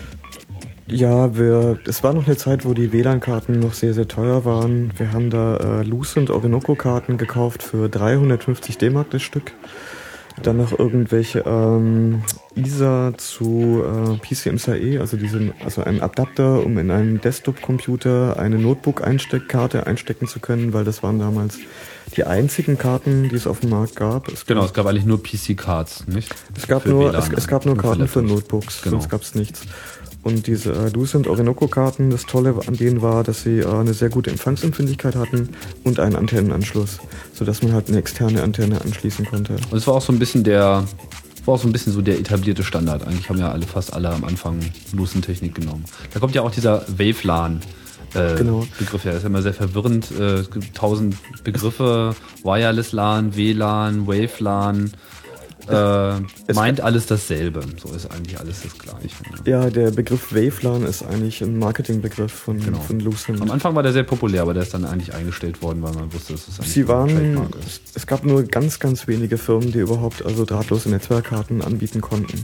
Ja, wir, es war noch eine Zeit, wo die W L A N-Karten noch sehr, sehr teuer waren. Wir haben da äh, Lucent Orinoco-Karten gekauft für dreihundertfünfzig D-Mark das Stück. Dann noch irgendwelche ähm, I S A zu äh, P C M C I E, also diesen, also einen Adapter, um in einen Desktop-Computer eine Notebook-Einsteckkarte einstecken zu können, weil das waren damals die einzigen Karten, die es auf dem Markt gab. Es Genau, es gab eigentlich nur P C-Cards, nicht? Es gab Für nur, W L A N, es, es gab nur für Karten für Laptops. Notebooks, Genau. sonst gab es nichts. Und diese äh, Lucent Orinoco-Karten, das Tolle an denen war, dass sie äh, eine sehr gute Empfangsempfindlichkeit hatten und einen Antennenanschluss, sodass man halt eine externe Antenne anschließen konnte. Und es war auch so ein bisschen der, war auch so ein bisschen so der etablierte Standard. Eigentlich haben ja alle, fast alle am Anfang Lucent-Technik genommen. Da kommt ja auch dieser Wave L A N. Äh, Genau. Begriff her. Das ist ja immer sehr verwirrend. Äh, es gibt tausend Begriffe. Wireless L A N, W L A N, Wave L A N. Äh, meint alles dasselbe. So ist eigentlich alles das Gleiche. Ja. Ja, der Begriff Wave L A N ist eigentlich ein Marketingbegriff von, Genau. von Lucent. Am Anfang war der sehr populär, aber der ist dann eigentlich eingestellt worden, weil man wusste, dass es eigentlich Sie ein waren, Trademark ist. es gab nur ganz, ganz wenige Firmen, die überhaupt also drahtlose Netzwerkkarten anbieten konnten.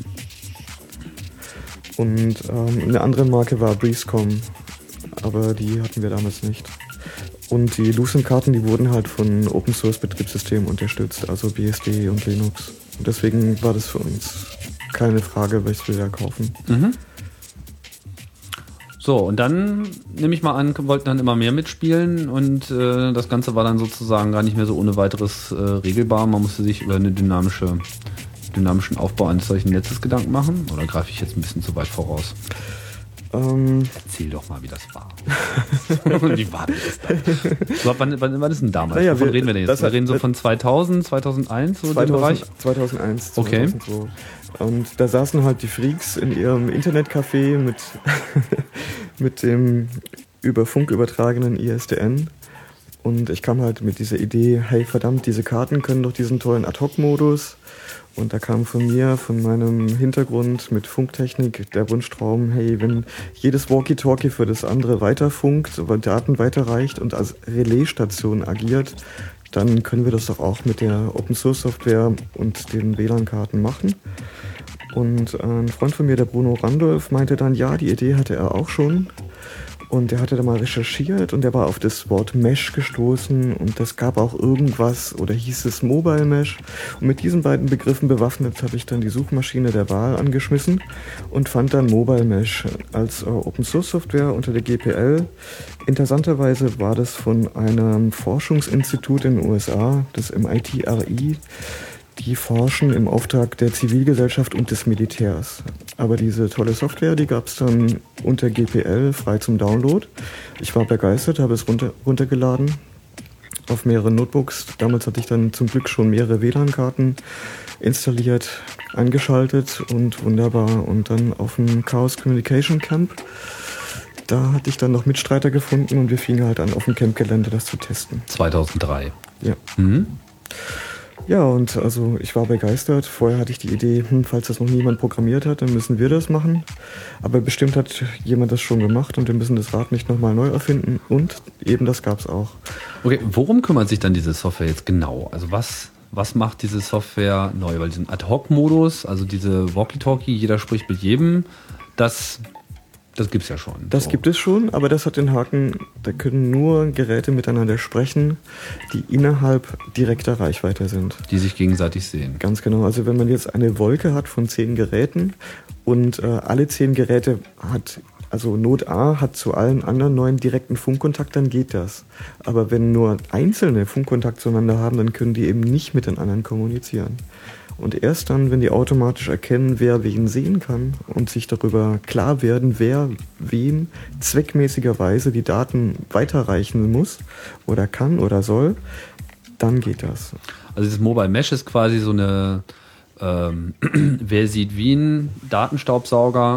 Und ähm, eine andere Marke war Breezecom, aber die hatten wir damals nicht. Und die Lucent-Karten, die wurden halt von Open-Source-Betriebssystemen unterstützt, also B S D und Linux. Und deswegen war das für uns keine Frage, welches wir da kaufen. Mhm. So, und dann nehme ich mal an, wollten dann immer mehr mitspielen und äh, das Ganze war dann sozusagen gar nicht mehr so ohne weiteres äh, regelbar. Man musste sich über eine dynamische, dynamischen Aufbau eines solchen Netzes Gedanken machen. Oder greife ich jetzt ein bisschen zu weit voraus? Ähm, Erzähl doch mal, wie das war. Wie war denn das da? So, wann, wann war das denn damals? Naja, Wovon wir- reden wir denn jetzt? das Wir hat- reden so von zweitausend, zweitausendeins, so dem Bereich? zweitausend, zweitausendeins, Okay. zweitausendzwei. Und da saßen halt die Freaks in ihrem Internetcafé mit, mit dem über Funk übertragenen I S D N. Und ich kam halt mit dieser Idee, hey verdammt, diese Karten können doch diesen tollen Ad-Hoc-Modus. Und da kam von mir, von meinem Hintergrund mit Funktechnik der Wunschtraum, hey, wenn jedes Walkie-Talkie für das andere weiterfunkt, aber Daten weiterreicht und als Relaisstation agiert, dann können wir das doch auch mit der Open-Source-Software und den W L A N-Karten machen. Und ein Freund von mir, der Bruno Randolph, meinte dann, ja, die Idee hatte er auch schon. Und er hatte da mal recherchiert und er war auf das Wort Mesh gestoßen und das gab auch irgendwas oder hieß es Mobile Mesh. Und mit diesen beiden Begriffen bewaffnet habe ich dann die Suchmaschine der Wahl angeschmissen und fand dann Mobile Mesh als äh, Open Source Software unter der G P L. Interessanterweise war das von einem Forschungsinstitut in den U S A, das M I T R I. die forschen im Auftrag der Zivilgesellschaft und des Militärs. Aber diese tolle Software, die gab es dann unter G P L frei zum Download. Ich war begeistert, habe es runter, runtergeladen auf mehreren Notebooks. Damals hatte ich dann zum Glück schon mehrere W L A N-Karten installiert, angeschaltet und wunderbar. Und dann auf dem Chaos Communication Camp, da hatte ich dann noch Mitstreiter gefunden und wir fingen halt an, auf dem Campgelände das zu testen. zweitausenddrei. Ja. Mhm. Ja, und also ich war begeistert. Vorher hatte ich die Idee, hm, falls das noch niemand programmiert hat, dann müssen wir das machen. Aber bestimmt hat jemand das schon gemacht und wir müssen das Rad nicht nochmal neu erfinden. Und eben das gab es auch. Okay, worum kümmert sich dann diese Software jetzt genau? Also was, was macht diese Software neu? Weil diesen Ad-Hoc-Modus, also diese Walkie-Talkie, jeder spricht mit jedem, das... Das gibt's ja schon. Das so. gibt es schon, aber das hat den Haken, da können nur Geräte miteinander sprechen, die innerhalb direkter Reichweite sind. Die sich gegenseitig sehen. Ganz genau. Also wenn man jetzt eine Wolke hat von zehn Geräten und äh, alle zehn Geräte hat, also Node A hat zu allen anderen neuen direkten Funkkontakt, dann geht das. Aber wenn nur einzelne Funkkontakt zueinander haben, dann können die eben nicht mit den anderen kommunizieren. Und erst dann, wenn die automatisch erkennen, wer wen sehen kann und sich darüber klar werden, wer wem zweckmäßigerweise die Daten weiterreichen muss oder kann oder soll, dann geht das. Also dieses Mobile Mesh ist quasi so eine, ähm, wer sieht wie ein Datenstaubsauger,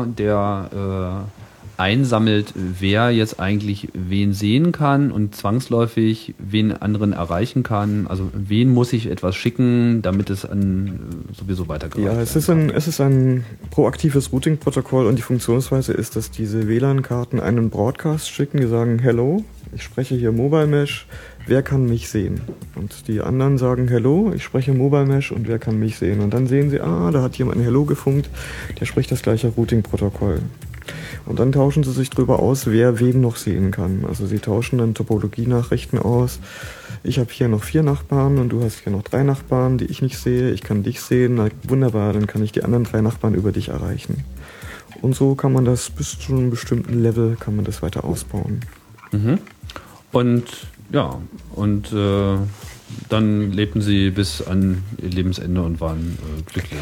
der äh, einsammelt, wer jetzt eigentlich wen sehen kann und zwangsläufig wen anderen erreichen kann. Also wen muss ich etwas schicken, damit es an sowieso weitergereicht wird. Ja, es ist ein, es ist ein proaktives Routing-Protokoll und die Funktionsweise ist, dass diese W L A N-Karten einen Broadcast schicken, die sagen, hello, ich spreche hier Mobile Mesh, wer kann mich sehen? Und die anderen sagen, hello, ich spreche Mobile Mesh und wer kann mich sehen? Und dann sehen sie, ah, da hat jemand ein Hello gefunkt, der spricht das gleiche Routing-Protokoll. Und dann tauschen sie sich darüber aus, wer wen noch sehen kann. Also sie tauschen dann Topologie-Nachrichten aus. Ich habe hier noch vier Nachbarn und du hast hier noch drei Nachbarn, die ich nicht sehe. Ich kann dich sehen. Na, wunderbar, dann kann ich die anderen drei Nachbarn über dich erreichen. Und so kann man das bis zu einem bestimmten Level kann man das weiter ausbauen. Mhm. Und ja, und äh, dann lebten sie bis an ihr Lebensende und waren äh, glücklich.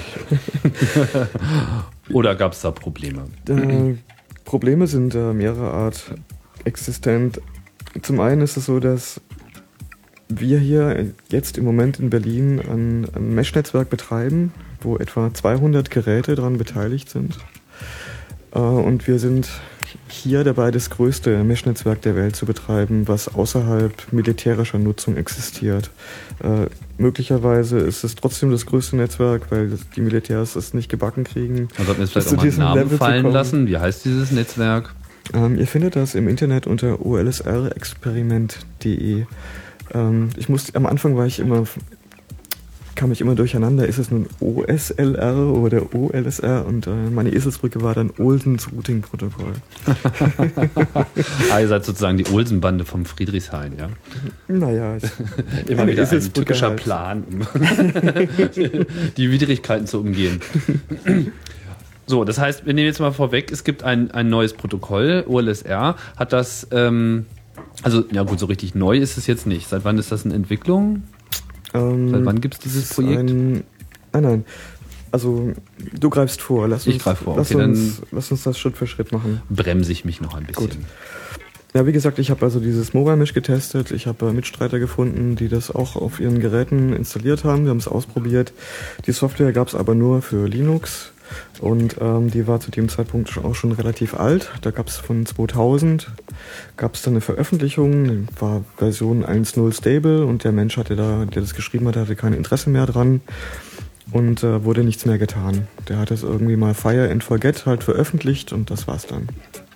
Oder gab es da Probleme? Äh, Probleme sind äh, mehrerer Art existent. Zum einen ist es so, dass wir hier jetzt im Moment in Berlin ein, ein Mesh-Netzwerk betreiben, wo etwa zweihundert Geräte daran beteiligt sind. Äh, und wir sind hier dabei, das größte Mesh-Netzwerk der Welt zu betreiben, was außerhalb militärischer Nutzung existiert. Äh, möglicherweise ist es trotzdem das größte Netzwerk, weil die Militärs es nicht gebacken kriegen. Also sollten wir jetzt vielleicht auch mal einen Namen Level fallen lassen. Wie heißt dieses Netzwerk? Ähm, ihr findet das im Internet unter o l s r experiment punkt d e. Ähm, ich musste, am Anfang war ich immer... kam ich immer durcheinander, ist es nun O S L R oder O L S R und äh, meine Eselsbrücke war dann Olsens Routing-Protokoll. Ah, ihr seid sozusagen die Olsen-Bande vom Friedrichshain, ja? Naja. Immer wieder ein tückischer halt. Plan, um die Widrigkeiten zu umgehen. So, das heißt, wir nehmen jetzt mal vorweg, es gibt ein, ein neues Protokoll, O L S R. Hat das, ähm, also, ja gut, so richtig neu ist es jetzt nicht. Seit wann ist das in Entwicklung? Ähm, Seit wann gibt es dieses Projekt? Ein, nein, nein. Also, du greifst vor. Lass uns, ich greife vor. Lass, okay, uns, lass uns das Schritt für Schritt machen. Bremse ich mich noch ein bisschen. Gut. Ja, wie gesagt, ich habe also dieses Mobile Mesh getestet. Ich habe äh, Mitstreiter gefunden, die das auch auf ihren Geräten installiert haben. Wir haben es ausprobiert. Die Software gab es aber nur für Linux. Und ähm, die war zu dem Zeitpunkt auch schon relativ alt. Da gab es von zweitausend gab es dann eine Veröffentlichung, war Version eins Punkt null stable und der Mensch hatte da, der das geschrieben hat, hatte kein Interesse mehr dran und äh, wurde nichts mehr getan. Der hat das irgendwie mal Fire and Forget halt veröffentlicht und das war's dann.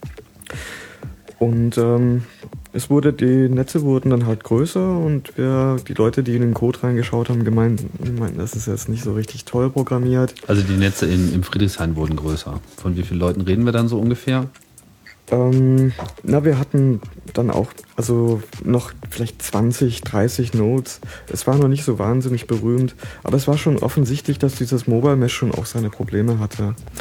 Und ähm, es wurde, die Netze wurden dann halt größer und wir, die Leute, die in den Code reingeschaut haben, gemeint, meinten, das ist jetzt nicht so richtig toll programmiert. Also die Netze in, im Friedrichshain wurden größer. Von wie vielen Leuten reden wir dann so ungefähr? Ähm, na, wir hatten dann auch, also noch vielleicht zwanzig, dreißig Nodes. Es war noch nicht so wahnsinnig berühmt, aber es war schon offensichtlich, dass dieses Mobile Mesh schon auch seine Probleme hatte.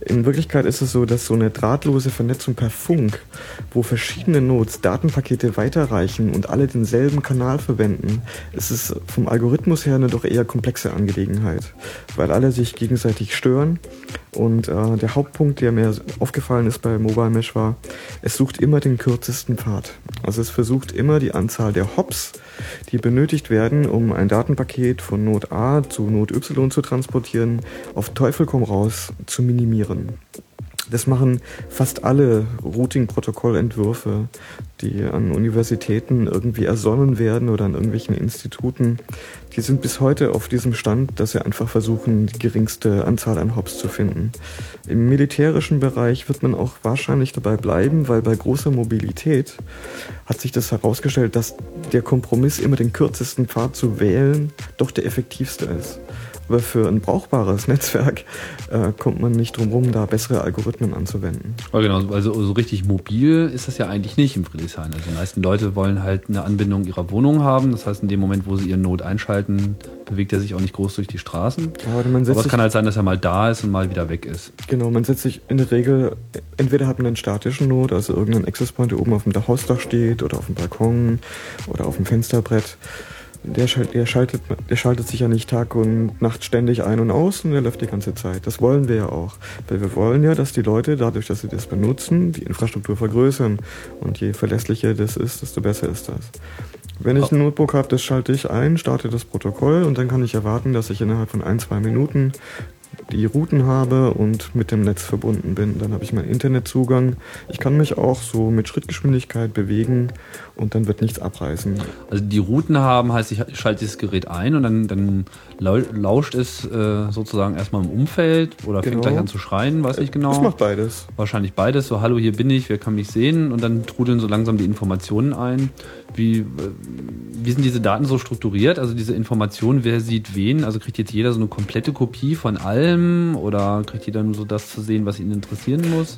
In Wirklichkeit ist es so, dass so eine drahtlose Vernetzung per Funk, wo verschiedene Nodes Datenpakete weiterreichen und alle denselben Kanal verwenden, ist es vom Algorithmus her eine doch eher komplexe Angelegenheit, weil alle sich gegenseitig stören. Und äh, der Hauptpunkt, der mir aufgefallen ist bei Mobile Mesh war, es sucht immer den kürzesten Pfad. Also es versucht immer die Anzahl der Hops, die benötigt werden, um ein Datenpaket von Node A zu Node Y zu transportieren, auf Teufel komm raus zu minimieren. Das machen fast alle Routing-Protokollentwürfe, die an Universitäten irgendwie ersonnen werden oder an irgendwelchen Instituten. Die sind bis heute auf diesem Stand, dass sie einfach versuchen, die geringste Anzahl an Hops zu finden. Im militärischen Bereich wird man auch wahrscheinlich dabei bleiben, weil bei großer Mobilität hat sich das herausgestellt, dass der Kompromiss, immer den kürzesten Pfad zu wählen, doch der effektivste ist. Aber für ein brauchbares Netzwerk äh, kommt man nicht drum rum, da bessere Algorithmen anzuwenden. Ja, genau, also so richtig mobil ist das ja eigentlich nicht im Friedrichshain. Also die meisten Leute wollen halt eine Anbindung ihrer Wohnung haben. Das heißt, in dem Moment, wo sie ihren Node einschalten, bewegt er sich auch nicht groß durch die Straßen. Aber, man setzt Aber es kann halt sein, dass er mal da ist und mal wieder weg ist. Genau, man setzt sich in der Regel, entweder hat man einen statischen Node, also irgendeinen Access Point, der oben auf dem Hausdach steht oder auf dem Balkon oder auf dem Fensterbrett. Der, schalt, der, schaltet, der schaltet sich ja nicht Tag und Nacht ständig ein und aus und der läuft die ganze Zeit. Das wollen wir ja auch. Weil wir wollen ja, dass die Leute, dadurch, dass sie das benutzen, die Infrastruktur vergrößern. Und je verlässlicher das ist, desto besser ist das. Wenn ich ein Notebook habe, das schalte ich ein, starte das Protokoll und dann kann ich erwarten, dass ich innerhalb von ein, zwei Minuten die Routen habe und mit dem Netz verbunden bin. Dann habe ich meinen Internetzugang. Ich kann mich auch so mit Schrittgeschwindigkeit bewegen und dann wird nichts abreißen. Also die Routen haben, heißt, ich schalte dieses Gerät ein und dann, dann lauscht es äh, sozusagen erstmal im Umfeld oder genau. Fängt gleich an zu schreien, weiß nicht genau. Es macht beides. Wahrscheinlich beides. So, hallo, hier bin ich, wer kann mich sehen? Und dann trudeln so langsam die Informationen ein. Wie, äh, wie sind diese Daten so strukturiert? Also diese Informationen, wer sieht wen? Also kriegt jetzt jeder so eine komplette Kopie von allem oder kriegt jeder nur so das zu sehen, was ihn interessieren muss?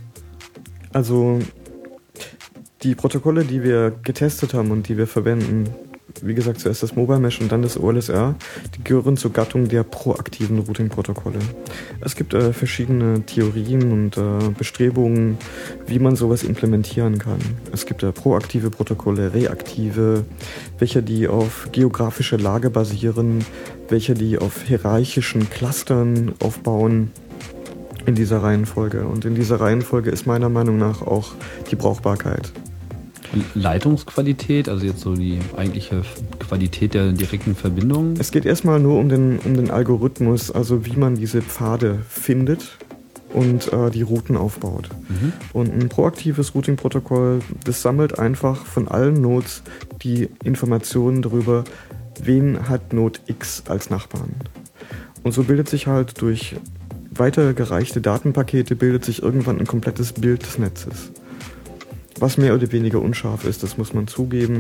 Also die Protokolle, die wir getestet haben und die wir verwenden, wie gesagt, zuerst das Mobile Mesh und dann das O L S R, die gehören zur Gattung der proaktiven Routing-Protokolle. Es gibt äh, verschiedene Theorien und äh, Bestrebungen, wie man sowas implementieren kann. Es gibt äh, proaktive Protokolle, reaktive, welche die auf geografische Lage basieren, welche die auf hierarchischen Clustern aufbauen in dieser Reihenfolge. Und in dieser Reihenfolge ist meiner Meinung nach auch die Brauchbarkeit. Leitungsqualität, also jetzt so die eigentliche Qualität der direkten Verbindung? Es geht erstmal nur um den, um den Algorithmus, also wie man diese Pfade findet und äh, die Routen aufbaut. Mhm. Und ein proaktives Routing-Protokoll, das sammelt einfach von allen Nodes die Informationen darüber, wen hat Node X als Nachbarn. Und so bildet sich halt durch weitergereichte Datenpakete bildet sich irgendwann ein komplettes Bild des Netzes. Was mehr oder weniger unscharf ist, das muss man zugeben.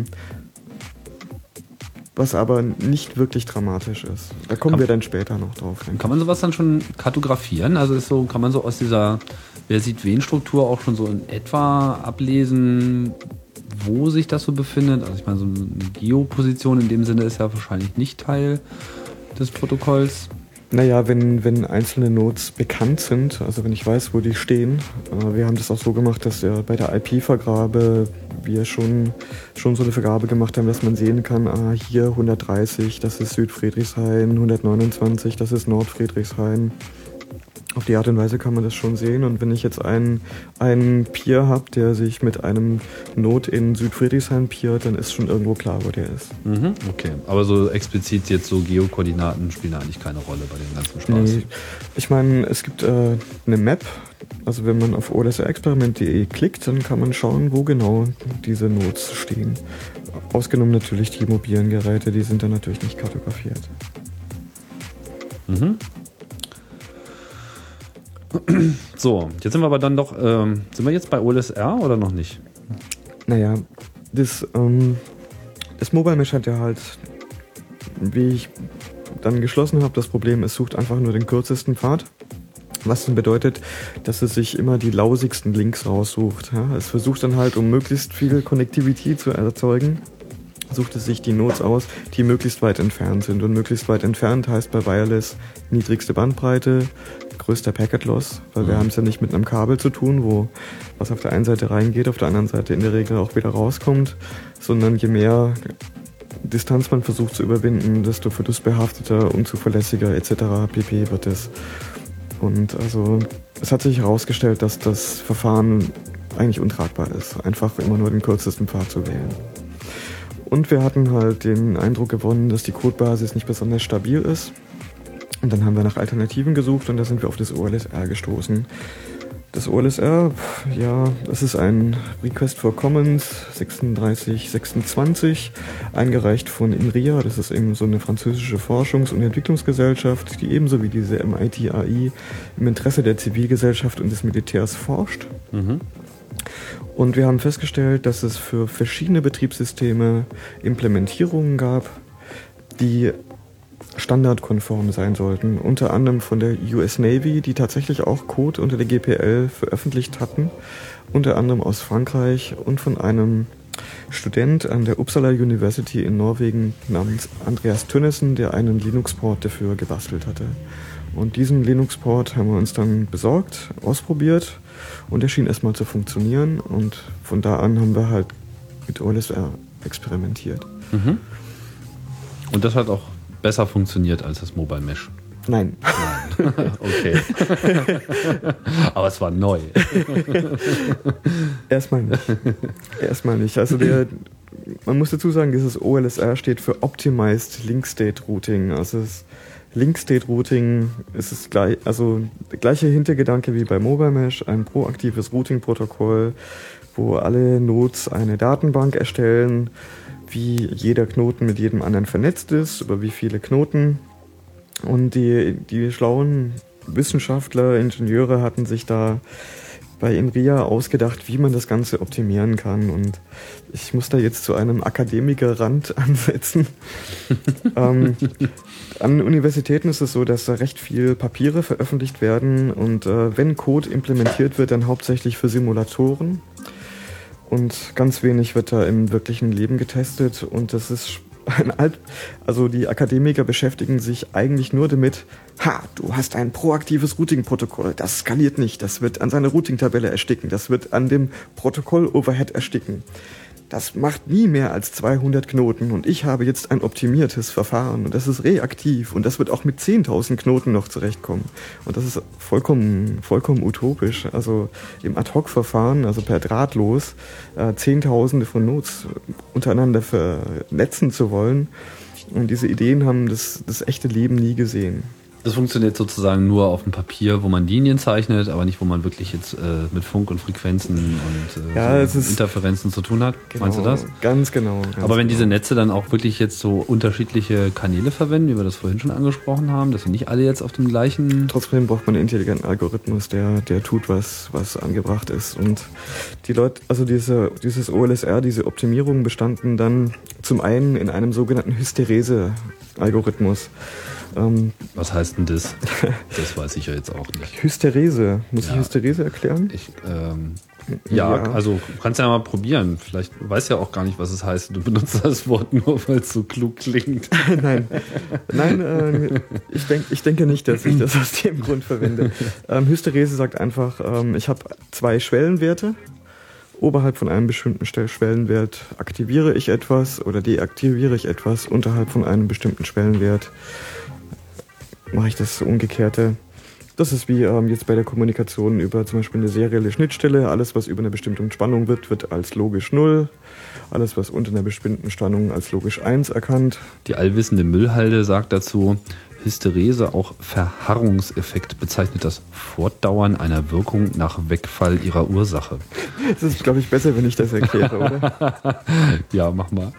Was aber nicht wirklich dramatisch ist. Da kommen kann, wir dann später noch drauf. Kann man sowas dann schon kartografieren? Also ist so, kann man so aus dieser Wer sieht wen Struktur auch schon so in etwa ablesen, wo sich das so befindet? Also ich meine, so eine Geoposition in dem Sinne ist ja wahrscheinlich nicht Teil des Protokolls. Naja, wenn, wenn einzelne Nodes bekannt sind, also wenn ich weiß, wo die stehen, äh, wir haben das auch so gemacht, dass wir bei der I P-Vergabe wir schon, schon so eine Vergabe gemacht haben, dass man sehen kann, ah, hier hundertdreißig, das ist Südfriedrichshain, hundertneunundzwanzig, das ist Nordfriedrichshain. Auf die Art und Weise kann man das schon sehen. Und wenn ich jetzt einen, einen Peer habe, der sich mit einem Node in Südfriedrichshain peert, dann ist schon irgendwo klar, wo der ist. Mhm, okay, aber so explizit jetzt so Geokoordinaten spielen eigentlich keine Rolle bei dem ganzen Spaß. Nee, ich meine, es gibt äh, eine Map. Also wenn man auf o l s r experiment punkt d e klickt, dann kann man schauen, wo genau diese Nodes stehen. Ausgenommen natürlich die mobilen Geräte, die sind dann natürlich nicht kartografiert. Mhm. So, jetzt sind wir aber dann doch, ähm, sind wir jetzt bei O L S R oder noch nicht? Naja, das, ähm, das Mobile Mesh hat ja halt, wie ich dann geschlossen habe, das Problem, es sucht einfach nur den kürzesten Pfad. Was dann bedeutet, dass es sich immer die lausigsten Links raussucht. Ja? Es versucht dann halt, um möglichst viel Konnektivität zu erzeugen, sucht es sich die Nodes aus, die möglichst weit entfernt sind. Und möglichst weit entfernt heißt bei Wireless niedrigste Bandbreite, größter Packet Loss, weil mhm. wir haben es ja nicht mit einem Kabel zu tun, wo was auf der einen Seite reingeht, auf der anderen Seite in der Regel auch wieder rauskommt, sondern je mehr Distanz man versucht zu überwinden, desto verlustbehafteter, unzuverlässiger et cetera pp. Wird es. Und also es hat sich herausgestellt, dass das Verfahren eigentlich untragbar ist, einfach immer nur den kürzesten Pfad zu wählen. Und wir hatten halt den Eindruck gewonnen, dass die Codebasis nicht besonders stabil ist. Und dann haben wir nach Alternativen gesucht und da sind wir auf das O L S R gestoßen. Das O L S R, ja, das ist ein Request for Commons sechsunddreißig sechsundzwanzig, eingereicht von INRIA. Das ist eben so eine französische Forschungs- und Entwicklungsgesellschaft, die ebenso wie diese M I T A I im Interesse der Zivilgesellschaft und des Militärs forscht. Mhm. Und wir haben festgestellt, dass es für verschiedene Betriebssysteme Implementierungen gab, die standardkonform sein sollten. Unter anderem von der U S Navy, die tatsächlich auch Code unter der G P L veröffentlicht hatten. Unter anderem aus Frankreich und von einem Student an der Uppsala University in Norwegen namens Andreas Tønnesen, der einen Linux-Port dafür gebastelt hatte. Und diesen Linux-Port haben wir uns dann besorgt, ausprobiert und der schien erstmal zu funktionieren. Und von da an haben wir halt mit O L S R experimentiert. Mhm. Und das hat auch besser funktioniert als das Mobile Mesh? Nein. Nein. Okay. Aber es war neu. Erstmal nicht. Erstmal nicht. Also der, man muss dazu sagen, dieses O L S R steht für Optimized Link State Routing. Also das Link State Routing ist es gleich, also der gleiche Hintergedanke wie bei Mobile Mesh, ein proaktives Routing-Protokoll, wo alle Nodes eine Datenbank erstellen, wie jeder Knoten mit jedem anderen vernetzt ist, über wie viele Knoten. Und die, die schlauen Wissenschaftler, Ingenieure hatten sich da bei INRIA ausgedacht, wie man das Ganze optimieren kann. Und ich muss da jetzt zu einem Akademikerrand ansetzen. ähm, an Universitäten ist es so, dass da recht viel Papiere veröffentlicht werden. Und äh, wenn Code implementiert wird, dann hauptsächlich für Simulatoren. Und ganz wenig wird da im wirklichen Leben getestet und das ist ein Alt... Also die Akademiker beschäftigen sich eigentlich nur damit, ha, du hast ein proaktives Routing-Protokoll, das skaliert nicht, das wird an seiner Routing-Tabelle ersticken, das wird an dem Protokoll-Overhead ersticken. Das macht nie mehr als zweihundert Knoten und ich habe jetzt ein optimiertes Verfahren und das ist reaktiv und das wird auch mit zehntausend Knoten noch zurechtkommen. Und das ist vollkommen, vollkommen utopisch. Also im Ad-Hoc-Verfahren, also per Drahtlos, äh, Zehntausende von Nodes untereinander vernetzen zu wollen. Und diese Ideen haben das, das echte Leben nie gesehen. Das funktioniert sozusagen nur auf dem Papier, wo man Linien zeichnet, aber nicht, wo man wirklich jetzt äh, mit Funk und Frequenzen und äh, ja, so Interferenzen zu tun hat. Genau, meinst du das? Ganz genau. Ganz aber wenn genau. diese Netze dann auch wirklich jetzt so unterschiedliche Kanäle verwenden, wie wir das vorhin schon angesprochen haben, dass sie nicht alle jetzt auf dem gleichen... Trotzdem braucht man einen intelligenten Algorithmus, der, der tut, was, was angebracht ist. Und die Leute, also diese, dieses O L S R, diese Optimierungen bestanden dann zum einen in einem sogenannten Hysterese-Algorithmus. Ähm, Was heißt denn das? Das weiß ich ja jetzt auch nicht. Hysterese. Muss ja. ich Hysterese erklären? Ich, ähm, ja, ja, also kannst ja mal probieren. Vielleicht weiß ja auch gar nicht, was es heißt. Du benutzt das Wort nur, weil es so klug klingt. Nein, Nein äh, ich, denk, ich denke nicht, dass ich das aus dem Grund verwende. Ähm, Hysterese sagt einfach, ähm, ich habe zwei Schwellenwerte. Oberhalb von einem bestimmten Schwellenwert aktiviere ich etwas oder deaktiviere ich etwas. Unterhalb von einem bestimmten Schwellenwert mache ich das Umgekehrte. Das ist wie ähm, jetzt bei der Kommunikation über zum Beispiel eine serielle Schnittstelle. Alles, was über eine bestimmte Spannung wird, wird als logisch null. Alles, was unter einer bestimmten Spannung als logisch eins erkannt. Die allwissende Müllhalde sagt dazu, Hysterese, auch Verharrungseffekt, bezeichnet das Fortdauern einer Wirkung nach Wegfall ihrer Ursache. Das ist, glaube ich, besser, wenn ich das erkläre, oder? Ja, mach mal.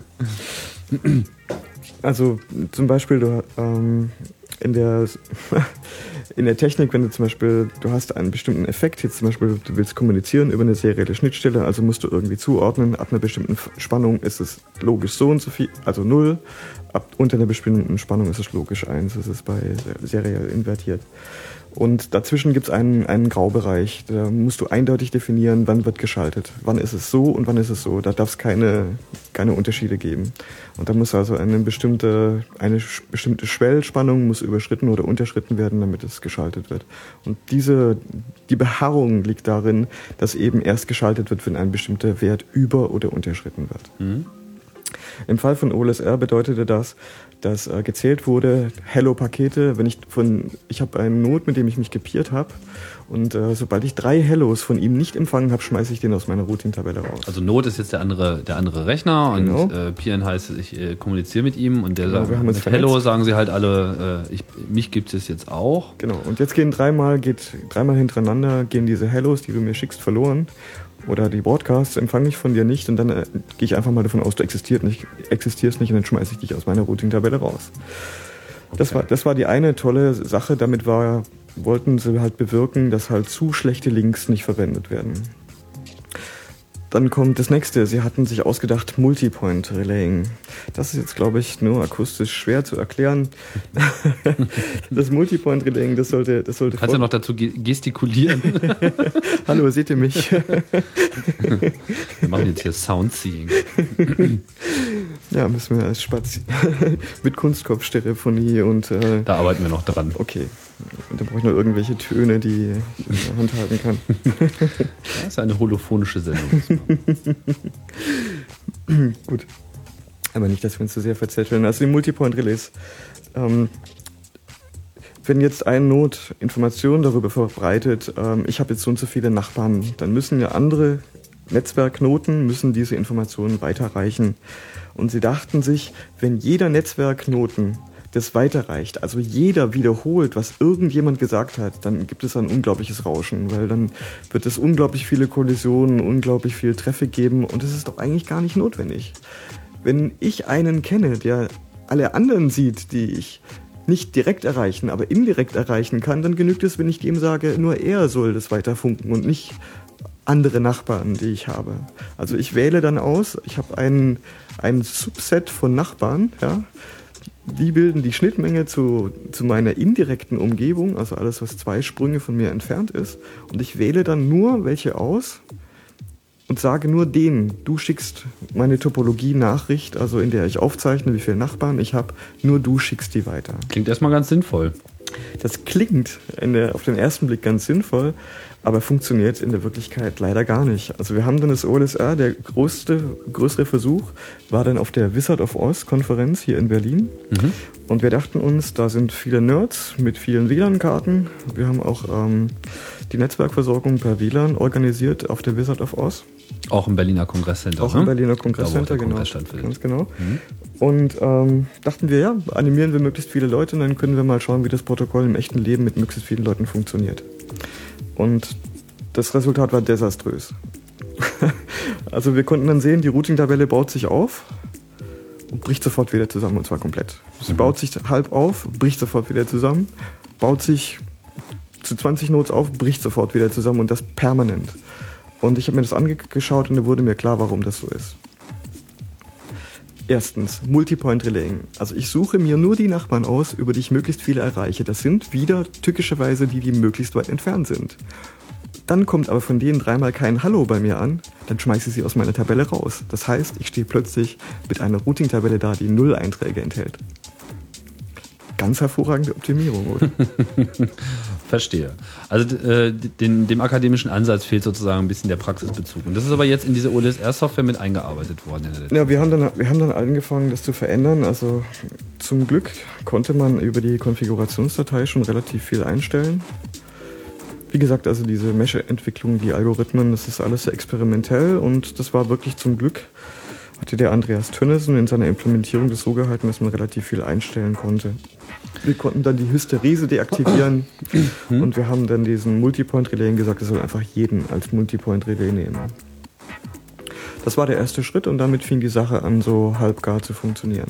Also zum Beispiel, du, ähm, in der in der Technik, wenn du zum Beispiel, du hast einen bestimmten Effekt, jetzt zum Beispiel, du willst kommunizieren über eine serielle Schnittstelle, also musst du irgendwie zuordnen, ab einer bestimmten Spannung ist es logisch so und so viel, also null, ab unter einer bestimmten Spannung ist es logisch eins, das ist bei seriell invertiert. Und dazwischen gibt es einen, einen Graubereich, da musst du eindeutig definieren, wann wird geschaltet, wann ist es so und wann ist es so, da darf es keine, keine Unterschiede geben. Und da muss also eine bestimmte, eine bestimmte Schwellspannung muss überschritten oder unterschritten werden, damit es geschaltet wird. Und diese, die Beharrung liegt darin, dass eben erst geschaltet wird, wenn ein bestimmter Wert über- oder unterschritten wird. Mhm. Im Fall von O L S R bedeutete das, dass äh, gezählt wurde, Hello-Pakete, wenn ich von, ich habe einen Node, mit dem ich mich gepeert habe, und äh, sobald ich drei Hellos von ihm nicht empfangen habe, schmeiße ich den aus meiner Routing-Tabelle raus. Also Node ist jetzt der andere, der andere Rechner genau. und äh, peeren heißt, ich äh, kommuniziere mit ihm und der genau, sagt, mit Hello sagen sie halt alle, äh, ich, mich gibt es jetzt auch. Genau, und jetzt gehen dreimal, geht dreimal hintereinander, gehen diese Hellos, die du mir schickst, verloren. Oder die Broadcasts empfange ich von dir nicht und dann äh, gehe ich einfach mal davon aus, du existierst nicht, existierst nicht und dann schmeiße ich dich aus meiner Routing-Tabelle raus. Okay. Das war, das war die eine tolle Sache. Damit war, wollten sie halt bewirken, dass halt zu schlechte Links nicht verwendet werden. Dann kommt das nächste. Sie hatten sich ausgedacht Multipoint Relaying. Das ist jetzt, glaube ich, nur akustisch schwer zu erklären. Das Multipoint Relaying, das sollte, das sollte. Kannst du noch dazu gestikulieren? Hallo, seht ihr mich? Wir machen jetzt hier Soundseeing. Ja, müssen wir als Spatz mit Kunstkopfstereophonie und. Äh, da arbeiten wir noch dran. Okay. Und dann brauche ich noch irgendwelche Töne, die ich in der Hand halten kann. Das ist eine holophonische Sendung. Gut. Aber nicht, dass wir uns zu sehr verzetteln. Also die Multipoint-Relais. Ähm, wenn jetzt ein Node Informationen darüber verbreitet, ähm, ich habe jetzt so und so viele Nachbarn, dann müssen ja andere Netzwerkknoten müssen diese Informationen weiterreichen. Und sie dachten sich, wenn jeder Netzwerkknoten das weiterreicht, also jeder wiederholt, was irgendjemand gesagt hat, dann gibt es ein unglaubliches Rauschen, weil dann wird es unglaublich viele Kollisionen, unglaublich viel Traffic geben und das ist doch eigentlich gar nicht notwendig. Wenn ich einen kenne, der alle anderen sieht, die ich nicht direkt erreichen, aber indirekt erreichen kann, dann genügt es, wenn ich dem sage, nur er soll das weiterfunken und nicht andere Nachbarn, die ich habe. Also ich wähle dann aus, ich habe einen, ein Subset von Nachbarn, ja, die bilden die Schnittmenge zu, zu meiner indirekten Umgebung, also alles, was zwei Sprünge von mir entfernt ist. Und ich wähle dann nur welche aus und sage nur denen, du schickst meine Topologie-Nachricht, also in der ich aufzeichne, wie viele Nachbarn ich habe, nur du schickst die weiter. Klingt erstmal ganz sinnvoll. Das klingt in der, auf den ersten Blick ganz sinnvoll, aber funktioniert in der Wirklichkeit leider gar nicht. Also wir haben dann das O L S R, der größte, größere Versuch war dann auf der Wizard of Oz Konferenz hier in Berlin. Mhm. Und wir dachten uns, da sind viele Nerds mit vielen W L A N-Karten. Wir haben auch ähm, die Netzwerkversorgung per W L A N organisiert auf der Wizard of Oz. Auch im Berliner Kongresscenter. Auch ne? im Berliner Kongresscenter, genau. Ganz genau. Mhm. Und ähm, dachten wir, ja, animieren wir möglichst viele Leute und dann können wir mal schauen, wie das Protokoll im echten Leben mit möglichst vielen Leuten funktioniert. Und das Resultat war desaströs. Also wir konnten dann sehen, die Routing-Tabelle baut sich auf und bricht sofort wieder zusammen, und zwar komplett. Sie mhm. baut sich halb auf, bricht sofort wieder zusammen, baut sich zu zwanzig Nodes auf, bricht sofort wieder zusammen und das permanent. Und ich habe mir das angeschaut und da wurde mir klar, warum das so ist. Erstens, Multipoint Relaying. Also ich suche mir nur die Nachbarn aus, über die ich möglichst viele erreiche. Das sind wieder tückischerweise die, die möglichst weit entfernt sind. Dann kommt aber von denen dreimal kein Hallo bei mir an, dann schmeiße ich sie aus meiner Tabelle raus. Das heißt, ich stehe plötzlich mit einer Routing-Tabelle da, die null Einträge enthält. Ganz hervorragende Optimierung, oder? Verstehe. Also äh, den, dem akademischen Ansatz fehlt sozusagen ein bisschen der Praxisbezug. Und das ist aber jetzt in diese O L S R-Software mit eingearbeitet worden. Ja, wir haben, dann, wir haben dann angefangen, das zu verändern. Also zum Glück konnte man über die Konfigurationsdatei schon relativ viel einstellen. Wie gesagt, also diese Mesh-Entwicklung, die Algorithmen, das ist alles sehr experimentell und das war wirklich zum Glück, hatte der Andreas Tönnissen in seiner Implementierung das so gehalten, dass man relativ viel einstellen konnte. Wir konnten dann die Hysterese deaktivieren und wir haben dann diesen Multipoint-Relay gesagt, es soll einfach jeden als Multipoint-Relay nehmen. Das war der erste Schritt und damit fing die Sache an, so halbgar zu funktionieren.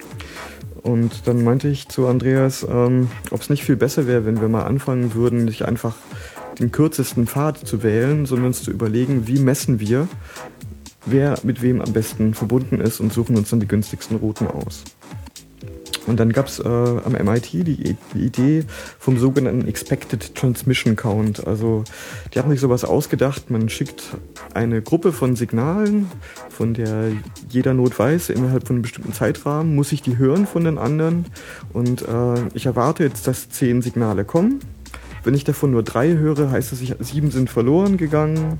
Und dann meinte ich zu Andreas, ähm, ob es nicht viel besser wäre, wenn wir mal anfangen würden, nicht einfach den kürzesten Pfad zu wählen, sondern uns zu überlegen, wie messen wir, wer mit wem am besten verbunden ist und suchen uns dann die günstigsten Routen aus. Und dann gab es äh, am M I T die, die Idee vom sogenannten Expected Transmission Count. Also die haben sich sowas ausgedacht, man schickt eine Gruppe von Signalen, von der jeder Not weiß, innerhalb von einem bestimmten Zeitrahmen muss ich die hören von den anderen. Und äh, ich erwarte jetzt, dass zehn Signale kommen. Wenn ich davon nur drei höre, heißt das, ich, sieben sind verloren gegangen.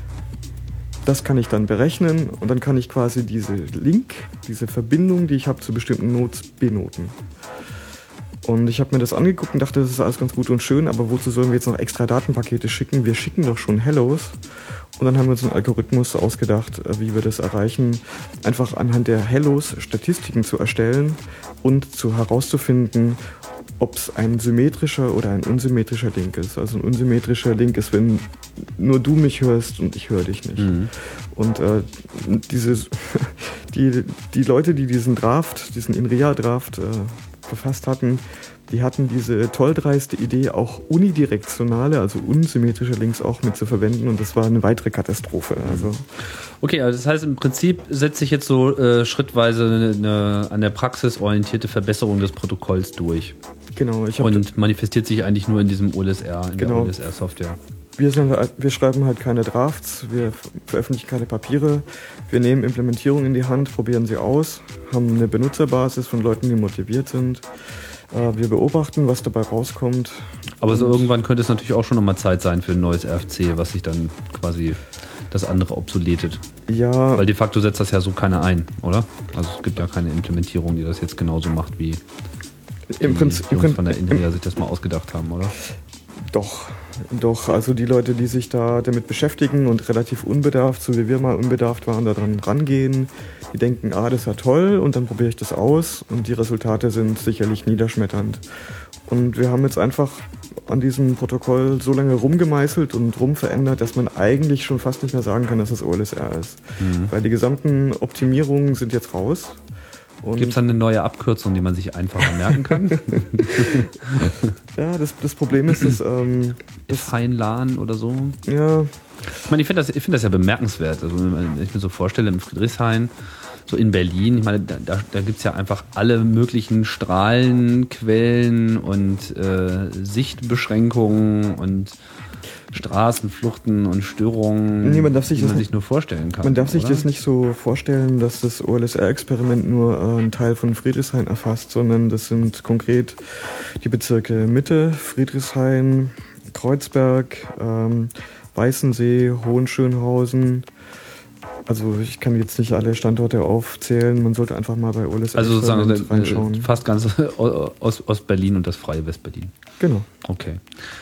Das kann ich dann berechnen und dann kann ich quasi diese Link, diese Verbindung, die ich habe zu bestimmten Nodes, benoten. Und ich habe mir das angeguckt und dachte, das ist alles ganz gut und schön, aber wozu sollen wir jetzt noch extra Datenpakete schicken? Wir schicken doch schon Hellos. Und dann haben wir uns einen Algorithmus ausgedacht, wie wir das erreichen, einfach anhand der Hellos Statistiken zu erstellen und zu herauszufinden, ob es ein symmetrischer oder ein unsymmetrischer Link ist. Also ein unsymmetrischer Link ist, wenn nur du mich hörst und ich höre dich nicht. Mhm. Und äh, diese, die, die Leute, die diesen Draft, diesen INRIA-Draft äh, verfasst hatten, die hatten diese tolldreiste Idee, auch unidirektionale, also unsymmetrische Links auch mit zu verwenden und das war eine weitere Katastrophe. Also okay, also das heißt im Prinzip setzt sich jetzt so äh, schrittweise eine, eine an der Praxis orientierte Verbesserung des Protokolls durch. Genau. Ich und manifestiert sich eigentlich nur in diesem O L S R, in genau. der O L S R-Software. Wir, sind, wir schreiben halt keine Drafts, wir veröffentlichen keine Papiere, wir nehmen Implementierungen in die Hand, probieren sie aus, haben eine Benutzerbasis von Leuten, die motiviert sind. Wir beobachten, was dabei rauskommt. Aber so irgendwann könnte es natürlich auch schon nochmal Zeit sein für ein neues R F C, was sich dann quasi das andere obsoletet. Ja. Weil de facto setzt das ja so keiner ein, oder? Also es gibt ja keine Implementierung, die das jetzt genauso macht, wie im die Prinzip, Jungs im von der INRIA sich das mal ausgedacht haben, oder? Doch, doch. Also die Leute, die sich da damit beschäftigen und relativ unbedarft, so wie wir mal unbedarft waren, da dran rangehen, die denken, ah, das ist ja toll und dann probiere ich das aus und die Resultate sind sicherlich niederschmetternd. Und wir haben jetzt einfach an diesem Protokoll so lange rumgemeißelt und rumverändert, dass man eigentlich schon fast nicht mehr sagen kann, dass es O L S R ist. Mhm. Weil die gesamten Optimierungen sind jetzt raus. Gibt es dann eine neue Abkürzung, die man sich einfacher merken kann? Ja, das, das Problem ist, dass... Ähm, das Feinlan oder so? Ja. Ich meine, ich finde das, ich find das ja bemerkenswert. Also wenn ich mir so vorstelle, in Friedrichshain, so in Berlin, ich meine, da, da gibt es ja einfach alle möglichen Strahlenquellen und äh, Sichtbeschränkungen und Straßenfluchten und Störungen, nee, man darf sich die man das sich nur vorstellen kann. Man darf sich oder? das nicht so vorstellen, dass das O L S R-Experiment nur äh, einen Teil von Friedrichshain erfasst, sondern das sind konkret die Bezirke Mitte, Friedrichshain, Kreuzberg, ähm, Weißensee, Hohenschönhausen. Also ich kann jetzt nicht alle Standorte aufzählen, man sollte einfach mal bei O L S R also sozusagen reinschauen. Fast ganz Ost-Berlin und das freie West-Berlin. Genau. Okay.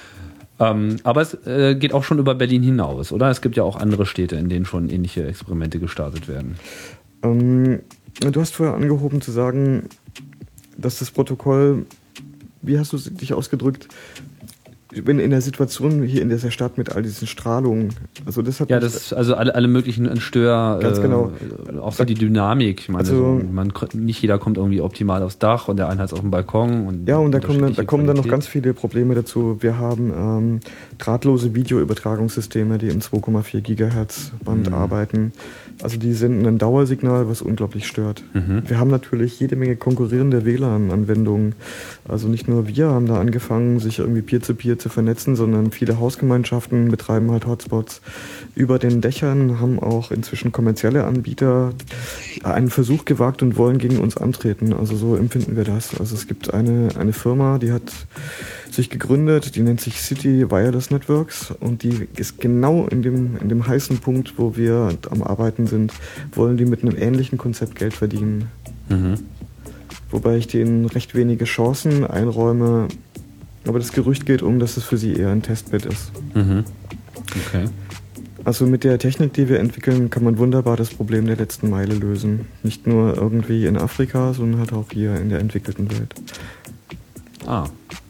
Ähm, aber es äh, geht auch schon über Berlin hinaus, oder? Es gibt ja auch andere Städte, in denen schon ähnliche Experimente gestartet werden. Ähm, du hast vorher angehoben zu sagen, dass das Protokoll, wie hast du dich ausgedrückt, wenn in der Situation hier in dieser Stadt mit all diesen Strahlungen, also das hat ja, das also alle alle möglichen Stör, ganz genau, äh, auch so die Dynamik. Ich meine, also, so, man nicht jeder kommt irgendwie optimal aufs Dach und der eine hat es auf dem Balkon und ja, und da kommen dann, da kommen dann noch ganz viele Probleme dazu. Wir haben ähm, drahtlose Videoübertragungssysteme, die im zwei Komma vier Gigahertz Band mhm. arbeiten. Also die senden ein Dauersignal, was unglaublich stört. Mhm. Wir haben natürlich jede Menge konkurrierende W L A N-Anwendungen. Also nicht nur wir haben da angefangen, sich irgendwie Peer-to-Peer zu vernetzen, sondern viele Hausgemeinschaften betreiben halt Hotspots. Über den Dächern haben auch inzwischen kommerzielle Anbieter einen Versuch gewagt und wollen gegen uns antreten. Also so empfinden wir das. Also es gibt eine, eine Firma, die hat sich gegründet, die nennt sich City Wireless Networks und die ist genau in dem, in dem heißen Punkt, wo wir am Arbeiten sind, wollen die mit einem ähnlichen Konzept Geld verdienen. Mhm. Wobei ich denen recht wenige Chancen einräume, aber das Gerücht geht um, dass es für sie eher ein Testbed ist. Mhm. Okay. Also mit der Technik, die wir entwickeln, kann man wunderbar das Problem der letzten Meile lösen. Nicht nur irgendwie in Afrika, sondern halt auch hier in der entwickelten Welt. Ah.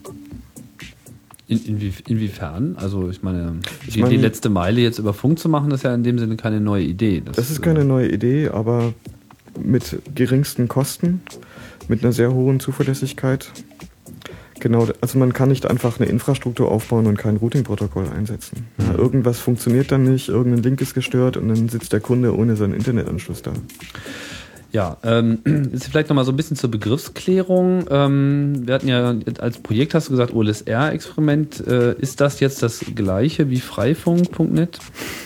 In, inwie, inwiefern? Also ich meine, ich die, meine, die letzte Meile jetzt über Funk zu machen, ist ja in dem Sinne keine neue Idee. Das, das ist keine neue Idee, aber mit geringsten Kosten, mit einer sehr hohen Zuverlässigkeit. Genau, also man kann nicht einfach eine Infrastruktur aufbauen und kein Routing-Protokoll einsetzen. Mhm. Ja, irgendwas funktioniert dann nicht, irgendein Link ist gestört und dann sitzt der Kunde ohne seinen Internetanschluss da. Ja, ähm, ist vielleicht nochmal so ein bisschen zur Begriffsklärung. Ähm, wir hatten ja als Projekt, hast du gesagt, O L S R-Experiment. Äh, ist das jetzt das gleiche wie Freifunk Punkt net?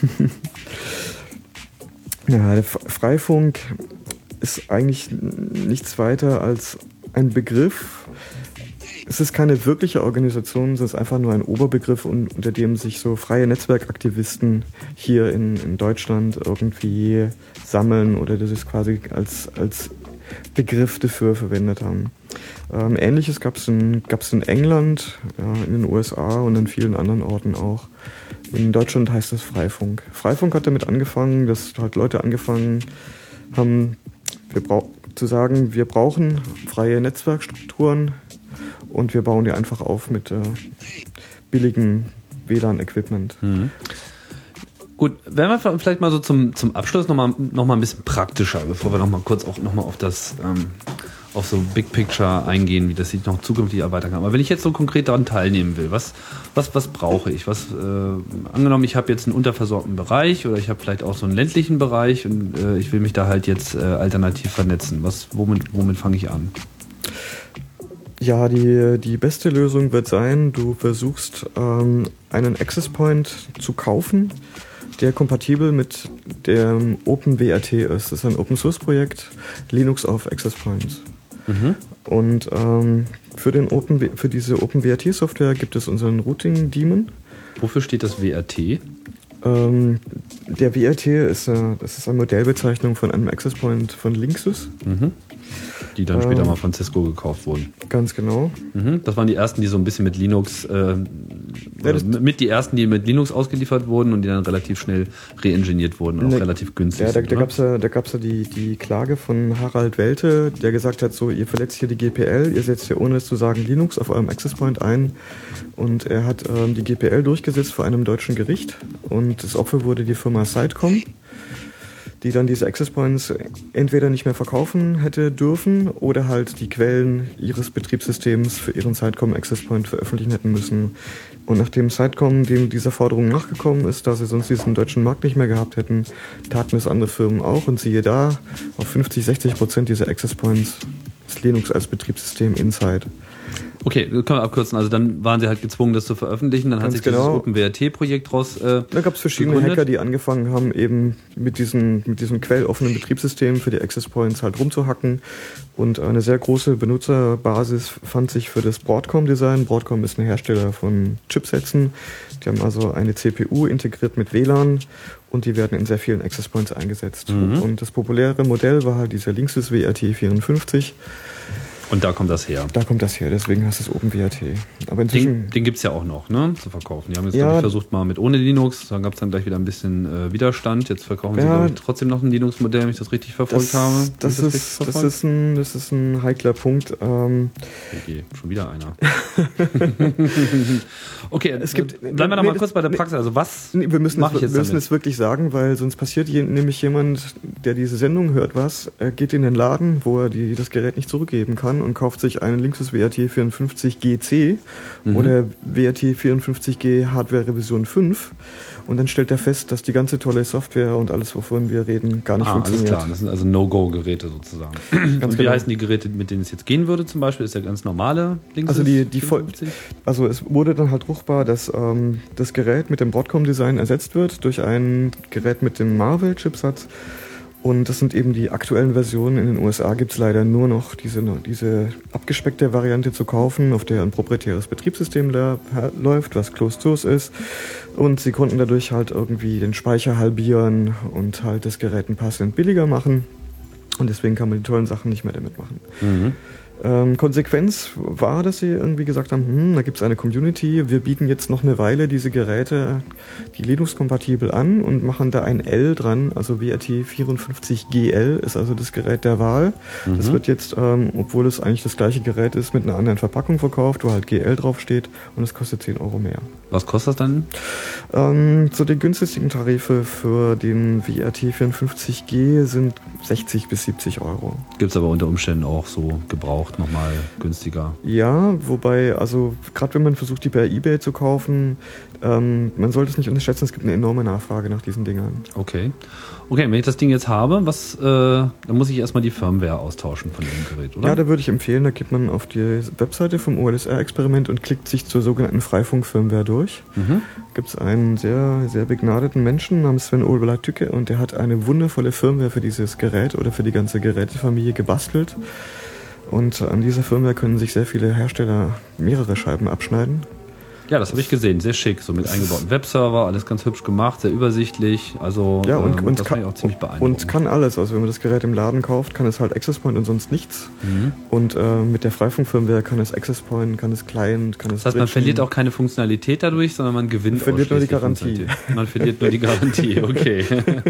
Ja, der Freifunk ist eigentlich nichts weiter als ein Begriff. Es ist keine wirkliche Organisation, es ist einfach nur ein Oberbegriff, unter dem sich so freie Netzwerkaktivisten hier in, in Deutschland irgendwie sammeln oder das ist quasi als, als Begriff dafür verwendet haben. Ähm, Ähnliches gab es in, gab's in England, ja, in den U S A und an vielen anderen Orten auch. In Deutschland heißt das Freifunk. Freifunk hat damit angefangen, dass halt Leute angefangen haben, wir brau- zu sagen, wir brauchen freie Netzwerkstrukturen und wir bauen die einfach auf mit äh, billigem W L A N-Equipment. Mhm. Gut, werden wir vielleicht mal so zum, zum Abschluss nochmal noch mal ein bisschen praktischer, bevor wir nochmal kurz auch nochmal auf das, ähm, auf so Big Picture eingehen, wie das sich noch zukünftig erweitern kann. Aber wenn ich jetzt so konkret daran teilnehmen will, was, was, was brauche ich? Was, äh, angenommen, ich habe jetzt einen unterversorgten Bereich oder ich habe vielleicht auch so einen ländlichen Bereich und äh, ich will mich da halt jetzt äh, alternativ vernetzen. Was, womit, womit fange ich an? Ja, die, die beste Lösung wird sein, du versuchst ähm, einen Access Point zu kaufen, der kompatibel mit dem OpenWrt ist. Das ist ein Open-Source-Projekt, Linux auf Access Points. Mhm. Und ähm, für, den Open, für diese OpenWrt-Software gibt es unseren Routing-Daemon. Wofür steht das W R T? Ähm, der W R T ist, äh, das ist eine Modellbezeichnung von einem Access Point von Linksys. Mhm. Die dann später ähm, mal von Cisco gekauft wurden. Ganz genau. Mhm. Das waren die ersten, die so ein bisschen mit Linux, äh, ja, mit die ersten, die mit Linux ausgeliefert wurden und die dann relativ schnell reingeniert wurden und ne, auch relativ günstig. Ja, da, sind, da gab es ja, da gab's ja die, die Klage von Harald Welte, der gesagt hat, so, ihr verletzt hier die G P L, ihr setzt hier ohne es zu sagen Linux auf eurem Access Point ein. Und er hat ähm, die G P L durchgesetzt vor einem deutschen Gericht und das Opfer wurde die Firma Sitecom, die dann diese Access Points entweder nicht mehr verkaufen hätte dürfen oder halt die Quellen ihres Betriebssystems für ihren Sitecom Access Point veröffentlichen hätten müssen. Und nachdem Sitecom dem dieser Forderung nachgekommen ist, da sie sonst diesen deutschen Markt nicht mehr gehabt hätten, taten es andere Firmen auch und siehe da, auf fünfzig, sechzig Prozent dieser Access Points ist Linux als Betriebssystem inside. Okay, können wir abkürzen. Also dann waren sie halt gezwungen, das zu veröffentlichen. Dann Ganz hat sich genau. dieses OpenWrt-Projekt draus äh, Da gab es verschiedene gegründet. Hacker, die angefangen haben, eben mit diesem, mit diesem quelloffenen Betriebssystem für die Access Points halt rumzuhacken. Und eine sehr große Benutzerbasis fand sich für das Broadcom-Design. Broadcom ist ein Hersteller von Chipsätzen. Die haben also eine C P U integriert mit W L A N und die werden in sehr vielen Access Points eingesetzt. Mhm. Und das populäre Modell war halt dieser Linksys W R T vierundfünfzig. Und da kommt das her. Da kommt das her, deswegen heißt es OpenWrt. Aber inzwischen... Den, den gibt es ja auch noch, ne, zu verkaufen. Die haben jetzt, Ja. glaube ich, versucht mal mit ohne Linux. Dann gab es dann gleich wieder ein bisschen äh, Widerstand. Jetzt verkaufen sie, Ja. glaube ich, trotzdem noch ein Linux-Modell, wenn ich das richtig verfolgt Das, habe. das, Habe ich ist, richtig das, verfolgt? ist ein, das ist ein heikler Punkt. Ähm, Okay, schon wieder einer. Okay, Es gibt- bleiben wir noch nee, mal kurz bei der nee, Praxis. Also was nee, wir müssen, mache es, ich jetzt wir müssen damit? es wirklich sagen, weil sonst passiert je, nämlich jemand, der diese Sendung hört, was, er geht in den Laden, wo er die, das Gerät nicht zurückgeben kann und kauft sich einen Linksys W R T vierundfünfzig G C Mhm. oder W R T vierundfünfzig G Hardware Revision fünf und dann stellt er fest, dass die ganze tolle Software und alles, wovon wir reden, gar nicht Ah, alles funktioniert. klar. Das sind also No-Go-Geräte sozusagen. Und wie genau. heißen die Geräte, mit denen es jetzt gehen würde zum Beispiel? Ist der ganz normale Linksys Also die, die voll, vierundfünfzig? also es wurde dann halt ruchbar, dass ähm, das Gerät mit dem Broadcom-Design ersetzt wird durch ein Gerät mit dem Marvell-Chipsatz. Und das sind eben die aktuellen Versionen. In den U S A gibt es leider nur noch diese, diese abgespeckte Variante zu kaufen, auf der ein proprietäres Betriebssystem da läuft, was closed source ist. Und sie konnten dadurch halt irgendwie den Speicher halbieren und halt das Gerät ein paar Cent billiger machen. Und deswegen kann man die tollen Sachen nicht mehr damit machen. Mhm. Ähm, Konsequenz war, dass sie irgendwie gesagt haben, hm, da gibt es eine Community, wir bieten jetzt noch eine Weile diese Geräte, die Linux-kompatibel an und machen da ein L dran, also W R T vierundfünfzig G L ist also das Gerät der Wahl. Mhm. Das wird jetzt, ähm, obwohl es eigentlich das gleiche Gerät ist, mit einer anderen Verpackung verkauft, wo halt G L draufsteht und es kostet zehn Euro mehr. Was kostet das dann? Ähm, so die günstigsten Tarife für den W R T vierundfünfzig G sind sechzig bis siebzig Euro. Gibt es aber unter Umständen auch so gebraucht nochmal günstiger. Ja, wobei, also gerade wenn man versucht, die bei eBay zu kaufen, ähm, man sollte es nicht unterschätzen, es gibt eine enorme Nachfrage nach diesen Dingern. Okay. Okay, wenn ich das Ding jetzt habe, was, äh, dann muss ich erstmal die Firmware austauschen von dem Gerät, oder? Ja, da würde ich empfehlen, da geht man auf die Webseite vom O L S R-Experiment und klickt sich zur sogenannten Freifunk-Firmware durch. Mhm. Gibt es einen sehr, sehr begnadeten Menschen namens Sven Ola-Tücke und der hat eine wundervolle Firmware für dieses Gerät oder für die ganze Gerätefamilie gebastelt. Und an dieser Firmware können sich sehr viele Hersteller mehrere Scheiben abschneiden. Ja, das habe ich gesehen, sehr schick, so mit eingebauten Webserver, alles ganz hübsch gemacht, sehr übersichtlich, also ja, und, ähm, und das kann, fand ich auch ziemlich beeindruckend. Und kann alles, also wenn man das Gerät im Laden kauft, kann es halt Access Point und sonst nichts. Mhm. Und äh, mit der Freifunk-Firmware kann es Access Point, kann es Client, kann es Das heißt, man Bridgen. verliert auch keine Funktionalität dadurch, sondern man gewinnt Man verliert nur die ausschließlich Garantie. Funktionalität. Man verliert nur die Garantie, okay.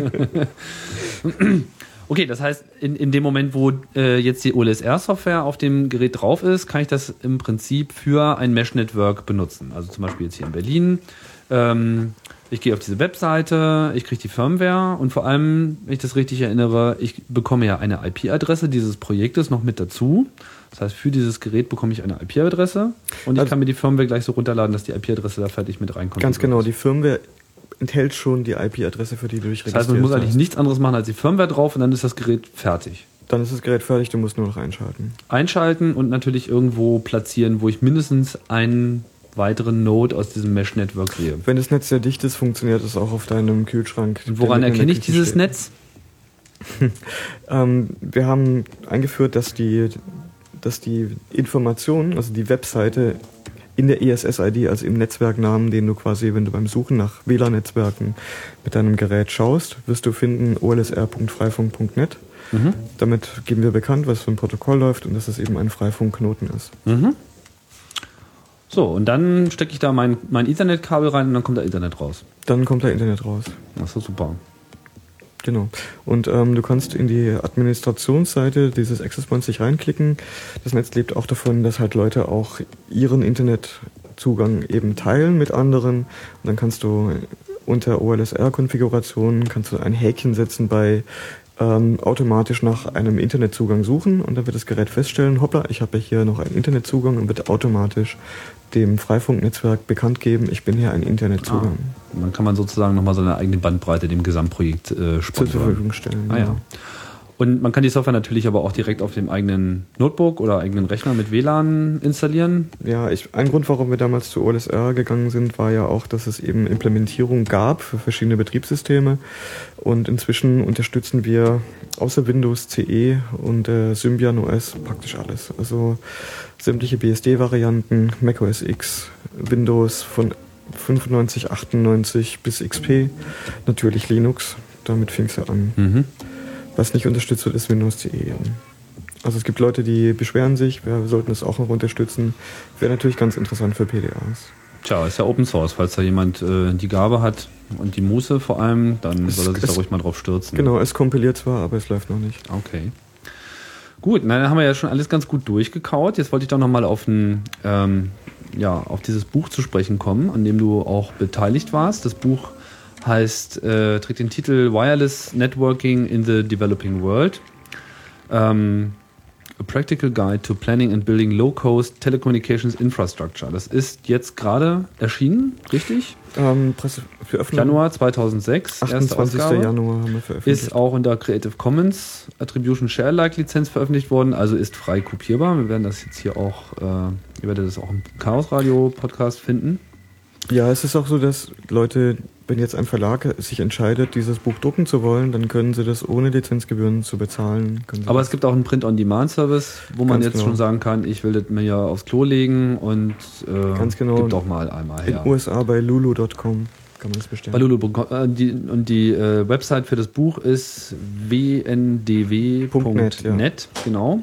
Okay, das heißt, in, in dem Moment, wo äh, jetzt die O L S R-Software auf dem Gerät drauf ist, kann ich das im Prinzip für ein Mesh-Network benutzen. Also zum Beispiel jetzt hier in Berlin. Ähm, ich gehe auf diese Webseite, ich kriege die Firmware und vor allem, wenn ich das richtig erinnere, ich bekomme ja eine I P-Adresse dieses Projektes noch mit dazu. Das heißt, für dieses Gerät bekomme ich eine I P-Adresse und ich also, kann mir die Firmware gleich so runterladen, dass die I P-Adresse da fertig mit reinkommt. Ganz genau, die Firmware enthält schon die I P-Adresse, für die du dich registrierst. Das heißt, man muss eigentlich nichts anderes machen als die Firmware drauf und dann ist das Gerät fertig. Dann ist das Gerät fertig, du musst nur noch einschalten. Einschalten und natürlich irgendwo platzieren, wo ich mindestens einen weiteren Node aus diesem Mesh-Network sehe. Wenn das Netz sehr dicht ist, funktioniert es auch auf deinem Kühlschrank. Und woran erkenne ich dieses steht. Netz? ähm, wir haben eingeführt, dass die, dass die Informationen, also die Webseite in der E S S-I D, also im Netzwerknamen, den du quasi, wenn du beim Suchen nach W L A N-Netzwerken mit deinem Gerät schaust, wirst du finden o l s r punkt freifunk punkt net. Mhm. Damit geben wir bekannt, was für ein Protokoll läuft und dass es eben ein Freifunkknoten ist. Mhm. So, und dann stecke ich da mein, mein Ethernet-Kabel rein und dann kommt da Internet raus. Dann kommt da Internet raus. Das ist super. Genau. Und ähm, du kannst in die Administrationsseite dieses Access Points sich reinklicken. Das Netz lebt auch davon, dass halt Leute auch ihren Internetzugang eben teilen mit anderen. Und dann kannst du unter O L S R-Konfigurationen kannst du ein Häkchen setzen bei ähm, automatisch nach einem Internetzugang suchen und dann wird das Gerät feststellen, hoppla, ich habe hier noch einen Internetzugang und wird automatisch dem Freifunknetzwerk bekannt geben, ich bin hier ein Internetzugang. Ah, dann kann man sozusagen nochmal seine eigene Bandbreite dem Gesamtprojekt äh, sponsern. Zur Verfügung stellen. Ah, ja. Ja. Und man kann die Software natürlich aber auch direkt auf dem eigenen Notebook oder eigenen Rechner mit W L A N installieren. Ja, ich, ein Grund, warum wir damals zu O L S R gegangen sind, war ja auch, dass es eben Implementierung gab für verschiedene Betriebssysteme. Und inzwischen unterstützen wir außer Windows C E und äh, Symbian O S praktisch alles. Also sämtliche B S D-Varianten, Mac O S X, Windows von fünfundneunzig, achtundneunzig bis X P, natürlich Linux, damit fing es ja an. Mhm. Was nicht unterstützt wird, ist Windows C E. Also es gibt Leute, die beschweren sich, wir sollten es auch noch unterstützen. Wäre natürlich ganz interessant für P D As. Tja, ist ja Open Source, falls da jemand äh, die Gabe hat und die Muße vor allem, dann es, soll er sich da ruhig mal drauf stürzen. Genau, es kompiliert zwar, aber es läuft noch nicht. Okay. Gut, na, dann haben wir ja schon alles ganz gut durchgekaut. Jetzt wollte ich doch nochmal auf ein, ähm, ja, auf dieses Buch zu sprechen kommen, an dem du auch beteiligt warst. Das Buch heißt, äh, trägt den Titel Wireless Networking in the Developing World. Ähm, A Practical Guide to Planning and Building Low-Cost Telecommunications Infrastructure. Das ist jetzt gerade erschienen, richtig? Ähm, Presse Januar zweitausendsechs, achtundzwanzigster Januar haben wir veröffentlicht. Ist auch unter Creative Commons Attribution Share Alike Lizenz veröffentlicht worden, also ist frei kopierbar. Wir werden das jetzt hier auch, äh, ihr werdet das auch im Chaos Radio Podcast finden. Ja, es ist auch so, dass Leute, wenn jetzt ein Verlag sich entscheidet, dieses Buch drucken zu wollen, dann können sie das ohne Lizenzgebühren zu bezahlen. Aber es gibt auch einen Print-on-Demand-Service, wo man jetzt genau. schon sagen kann, ich will das mir ja aufs Klo legen und äh, Ganz genau. gib doch mal einmal her. In den U S A bei lulu punkt com kann man das bestellen. Bei Lulu Punkt com. Äh, die, und die äh, Website für das Buch ist w n d w punkt net. Ja. Genau.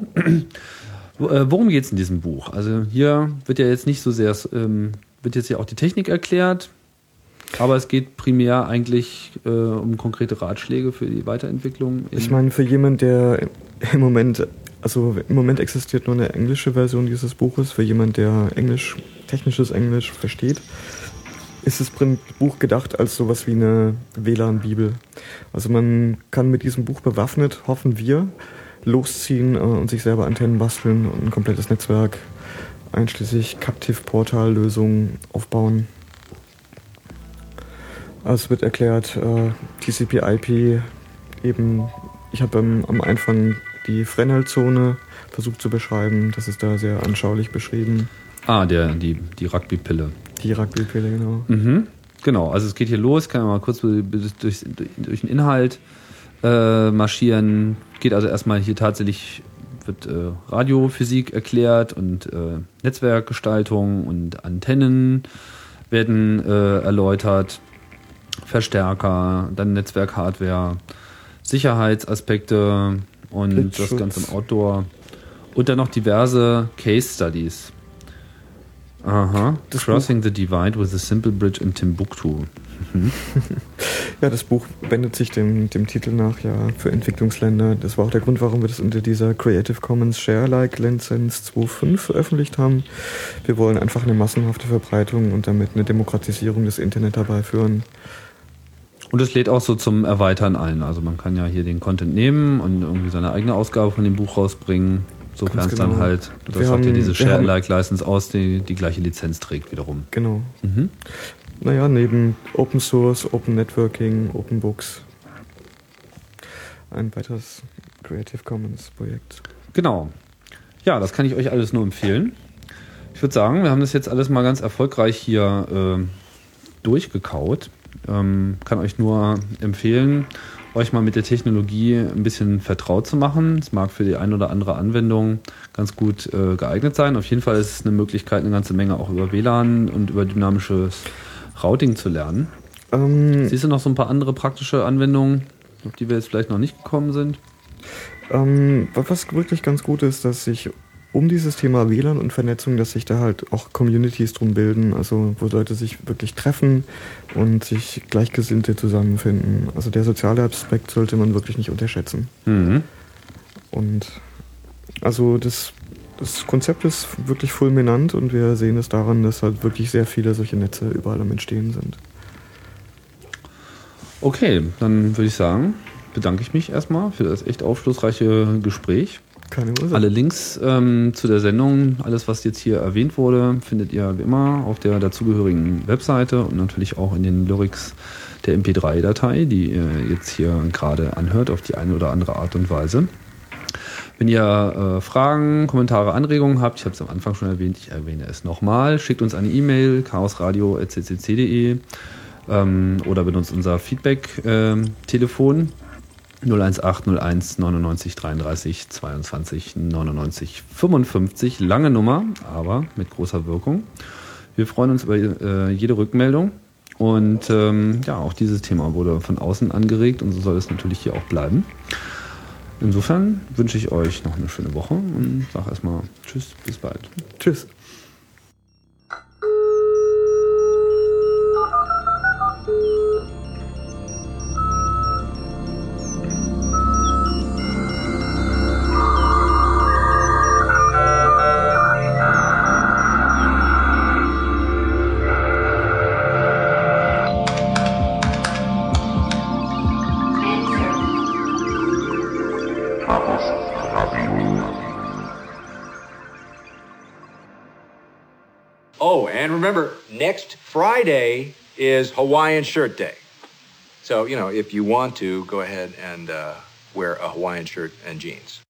Worum geht es in diesem Buch? Also hier wird ja jetzt nicht so sehr, ähm, wird jetzt ja auch die Technik erklärt, aber es geht primär eigentlich äh, um konkrete Ratschläge für die Weiterentwicklung. Ich meine, für jemanden, der im Moment, also im Moment existiert nur eine englische Version dieses Buches, für jemanden, der Englisch, technisches Englisch versteht, ist das Buch gedacht als sowas wie eine W L A N-Bibel. Also man kann mit diesem Buch bewaffnet, hoffen wir, losziehen äh, und sich selber Antennen basteln und ein komplettes Netzwerk einschließlich Captive-Portal-Lösungen aufbauen. Also es wird erklärt, äh, T C P I P, eben, ich habe am, am Anfang die Fresnel-Zone versucht zu beschreiben. Das ist da sehr anschaulich beschrieben. Ah, der, die, die Rugby-Pille. Die Rugby-Pille, genau. Mhm. Genau, also es geht hier los, kann man mal kurz durch, durch, durch den Inhalt äh, marschieren. Geht also erstmal hier tatsächlich, wird äh, Radiophysik erklärt und äh, Netzwerkgestaltung und Antennen werden äh, erläutert, Verstärker, dann Netzwerkhardware, Sicherheitsaspekte und Blitzschutz. Das Ganze im Outdoor und dann noch diverse Case Studies. Aha, Das Crossing the Divide with a Simple Bridge in Timbuktu. Mhm. Ja, das Buch wendet sich dem, dem Titel nach, ja, für Entwicklungsländer. Das war auch der Grund, warum wir das unter dieser Creative Commons Share-alike Lizenz zwei Punkt fünf veröffentlicht haben. Wir wollen einfach eine massenhafte Verbreitung und damit eine Demokratisierung des Internet herbeiführen. Und es lädt auch so zum Erweitern ein. Also man kann ja hier den Content nehmen und irgendwie seine eigene Ausgabe von dem Buch rausbringen. Sofern es genau. dann halt, das hat ja diese Share-alike-License aus, die die gleiche Lizenz trägt wiederum. Genau. Mhm. Naja, neben Open Source, Open Networking, Open Books ein weiteres Creative Commons Projekt. Genau. Ja, das kann ich euch alles nur empfehlen. Ich würde sagen, wir haben das jetzt alles mal ganz erfolgreich hier äh, durchgekaut. Ähm, kann euch nur empfehlen, euch mal mit der Technologie ein bisschen vertraut zu machen. Es mag für die ein oder andere Anwendung ganz gut äh, geeignet sein. Auf jeden Fall ist es eine Möglichkeit, eine ganze Menge auch über W L A N und über dynamisches Routing zu lernen. Ähm, Siehst du noch so ein paar andere praktische Anwendungen, auf die wir jetzt vielleicht noch nicht gekommen sind? ähm, was wirklich ganz gut ist, dass sich um dieses Thema W L A N und Vernetzung, dass sich da halt auch Communities drum bilden, also wo Leute sich wirklich treffen und sich Gleichgesinnte zusammenfinden. Also der soziale Aspekt sollte man wirklich nicht unterschätzen. Mhm. Und also das, das Konzept ist wirklich fulminant und wir sehen es daran, dass halt wirklich sehr viele solche Netze überall am Entstehen sind. Okay, dann würde ich sagen, bedanke ich mich erstmal für das echt aufschlussreiche Gespräch. Keine Ursache. Alle Links ähm, zu der Sendung, alles was jetzt hier erwähnt wurde, findet ihr wie immer auf der dazugehörigen Webseite und natürlich auch in den Lyrics der M P drei Datei, die ihr jetzt hier gerade anhört, auf die eine oder andere Art und Weise. Wenn ihr äh, Fragen, Kommentare, Anregungen habt, ich habe es am Anfang schon erwähnt, ich erwähne es nochmal, schickt uns eine E-Mail, chaosradio at c c c punkt d e ähm, oder benutzt unser Feedback-Telefon. Ähm, null eins acht null eins neunundneunzig dreiunddreißig zweiundzwanzig neunundneunzig fünfundfünfzig. Lange Nummer, aber mit großer Wirkung. Wir freuen uns über äh, jede Rückmeldung. Und ähm, ja, auch dieses Thema wurde von außen angeregt und so soll es natürlich hier auch bleiben. Insofern wünsche ich euch noch eine schöne Woche und sage erstmal Tschüss, bis bald. Tschüss. Oh, and remember, next Friday is Hawaiian Shirt Day. So, you know, if you want to, go ahead and uh, wear a Hawaiian shirt and jeans.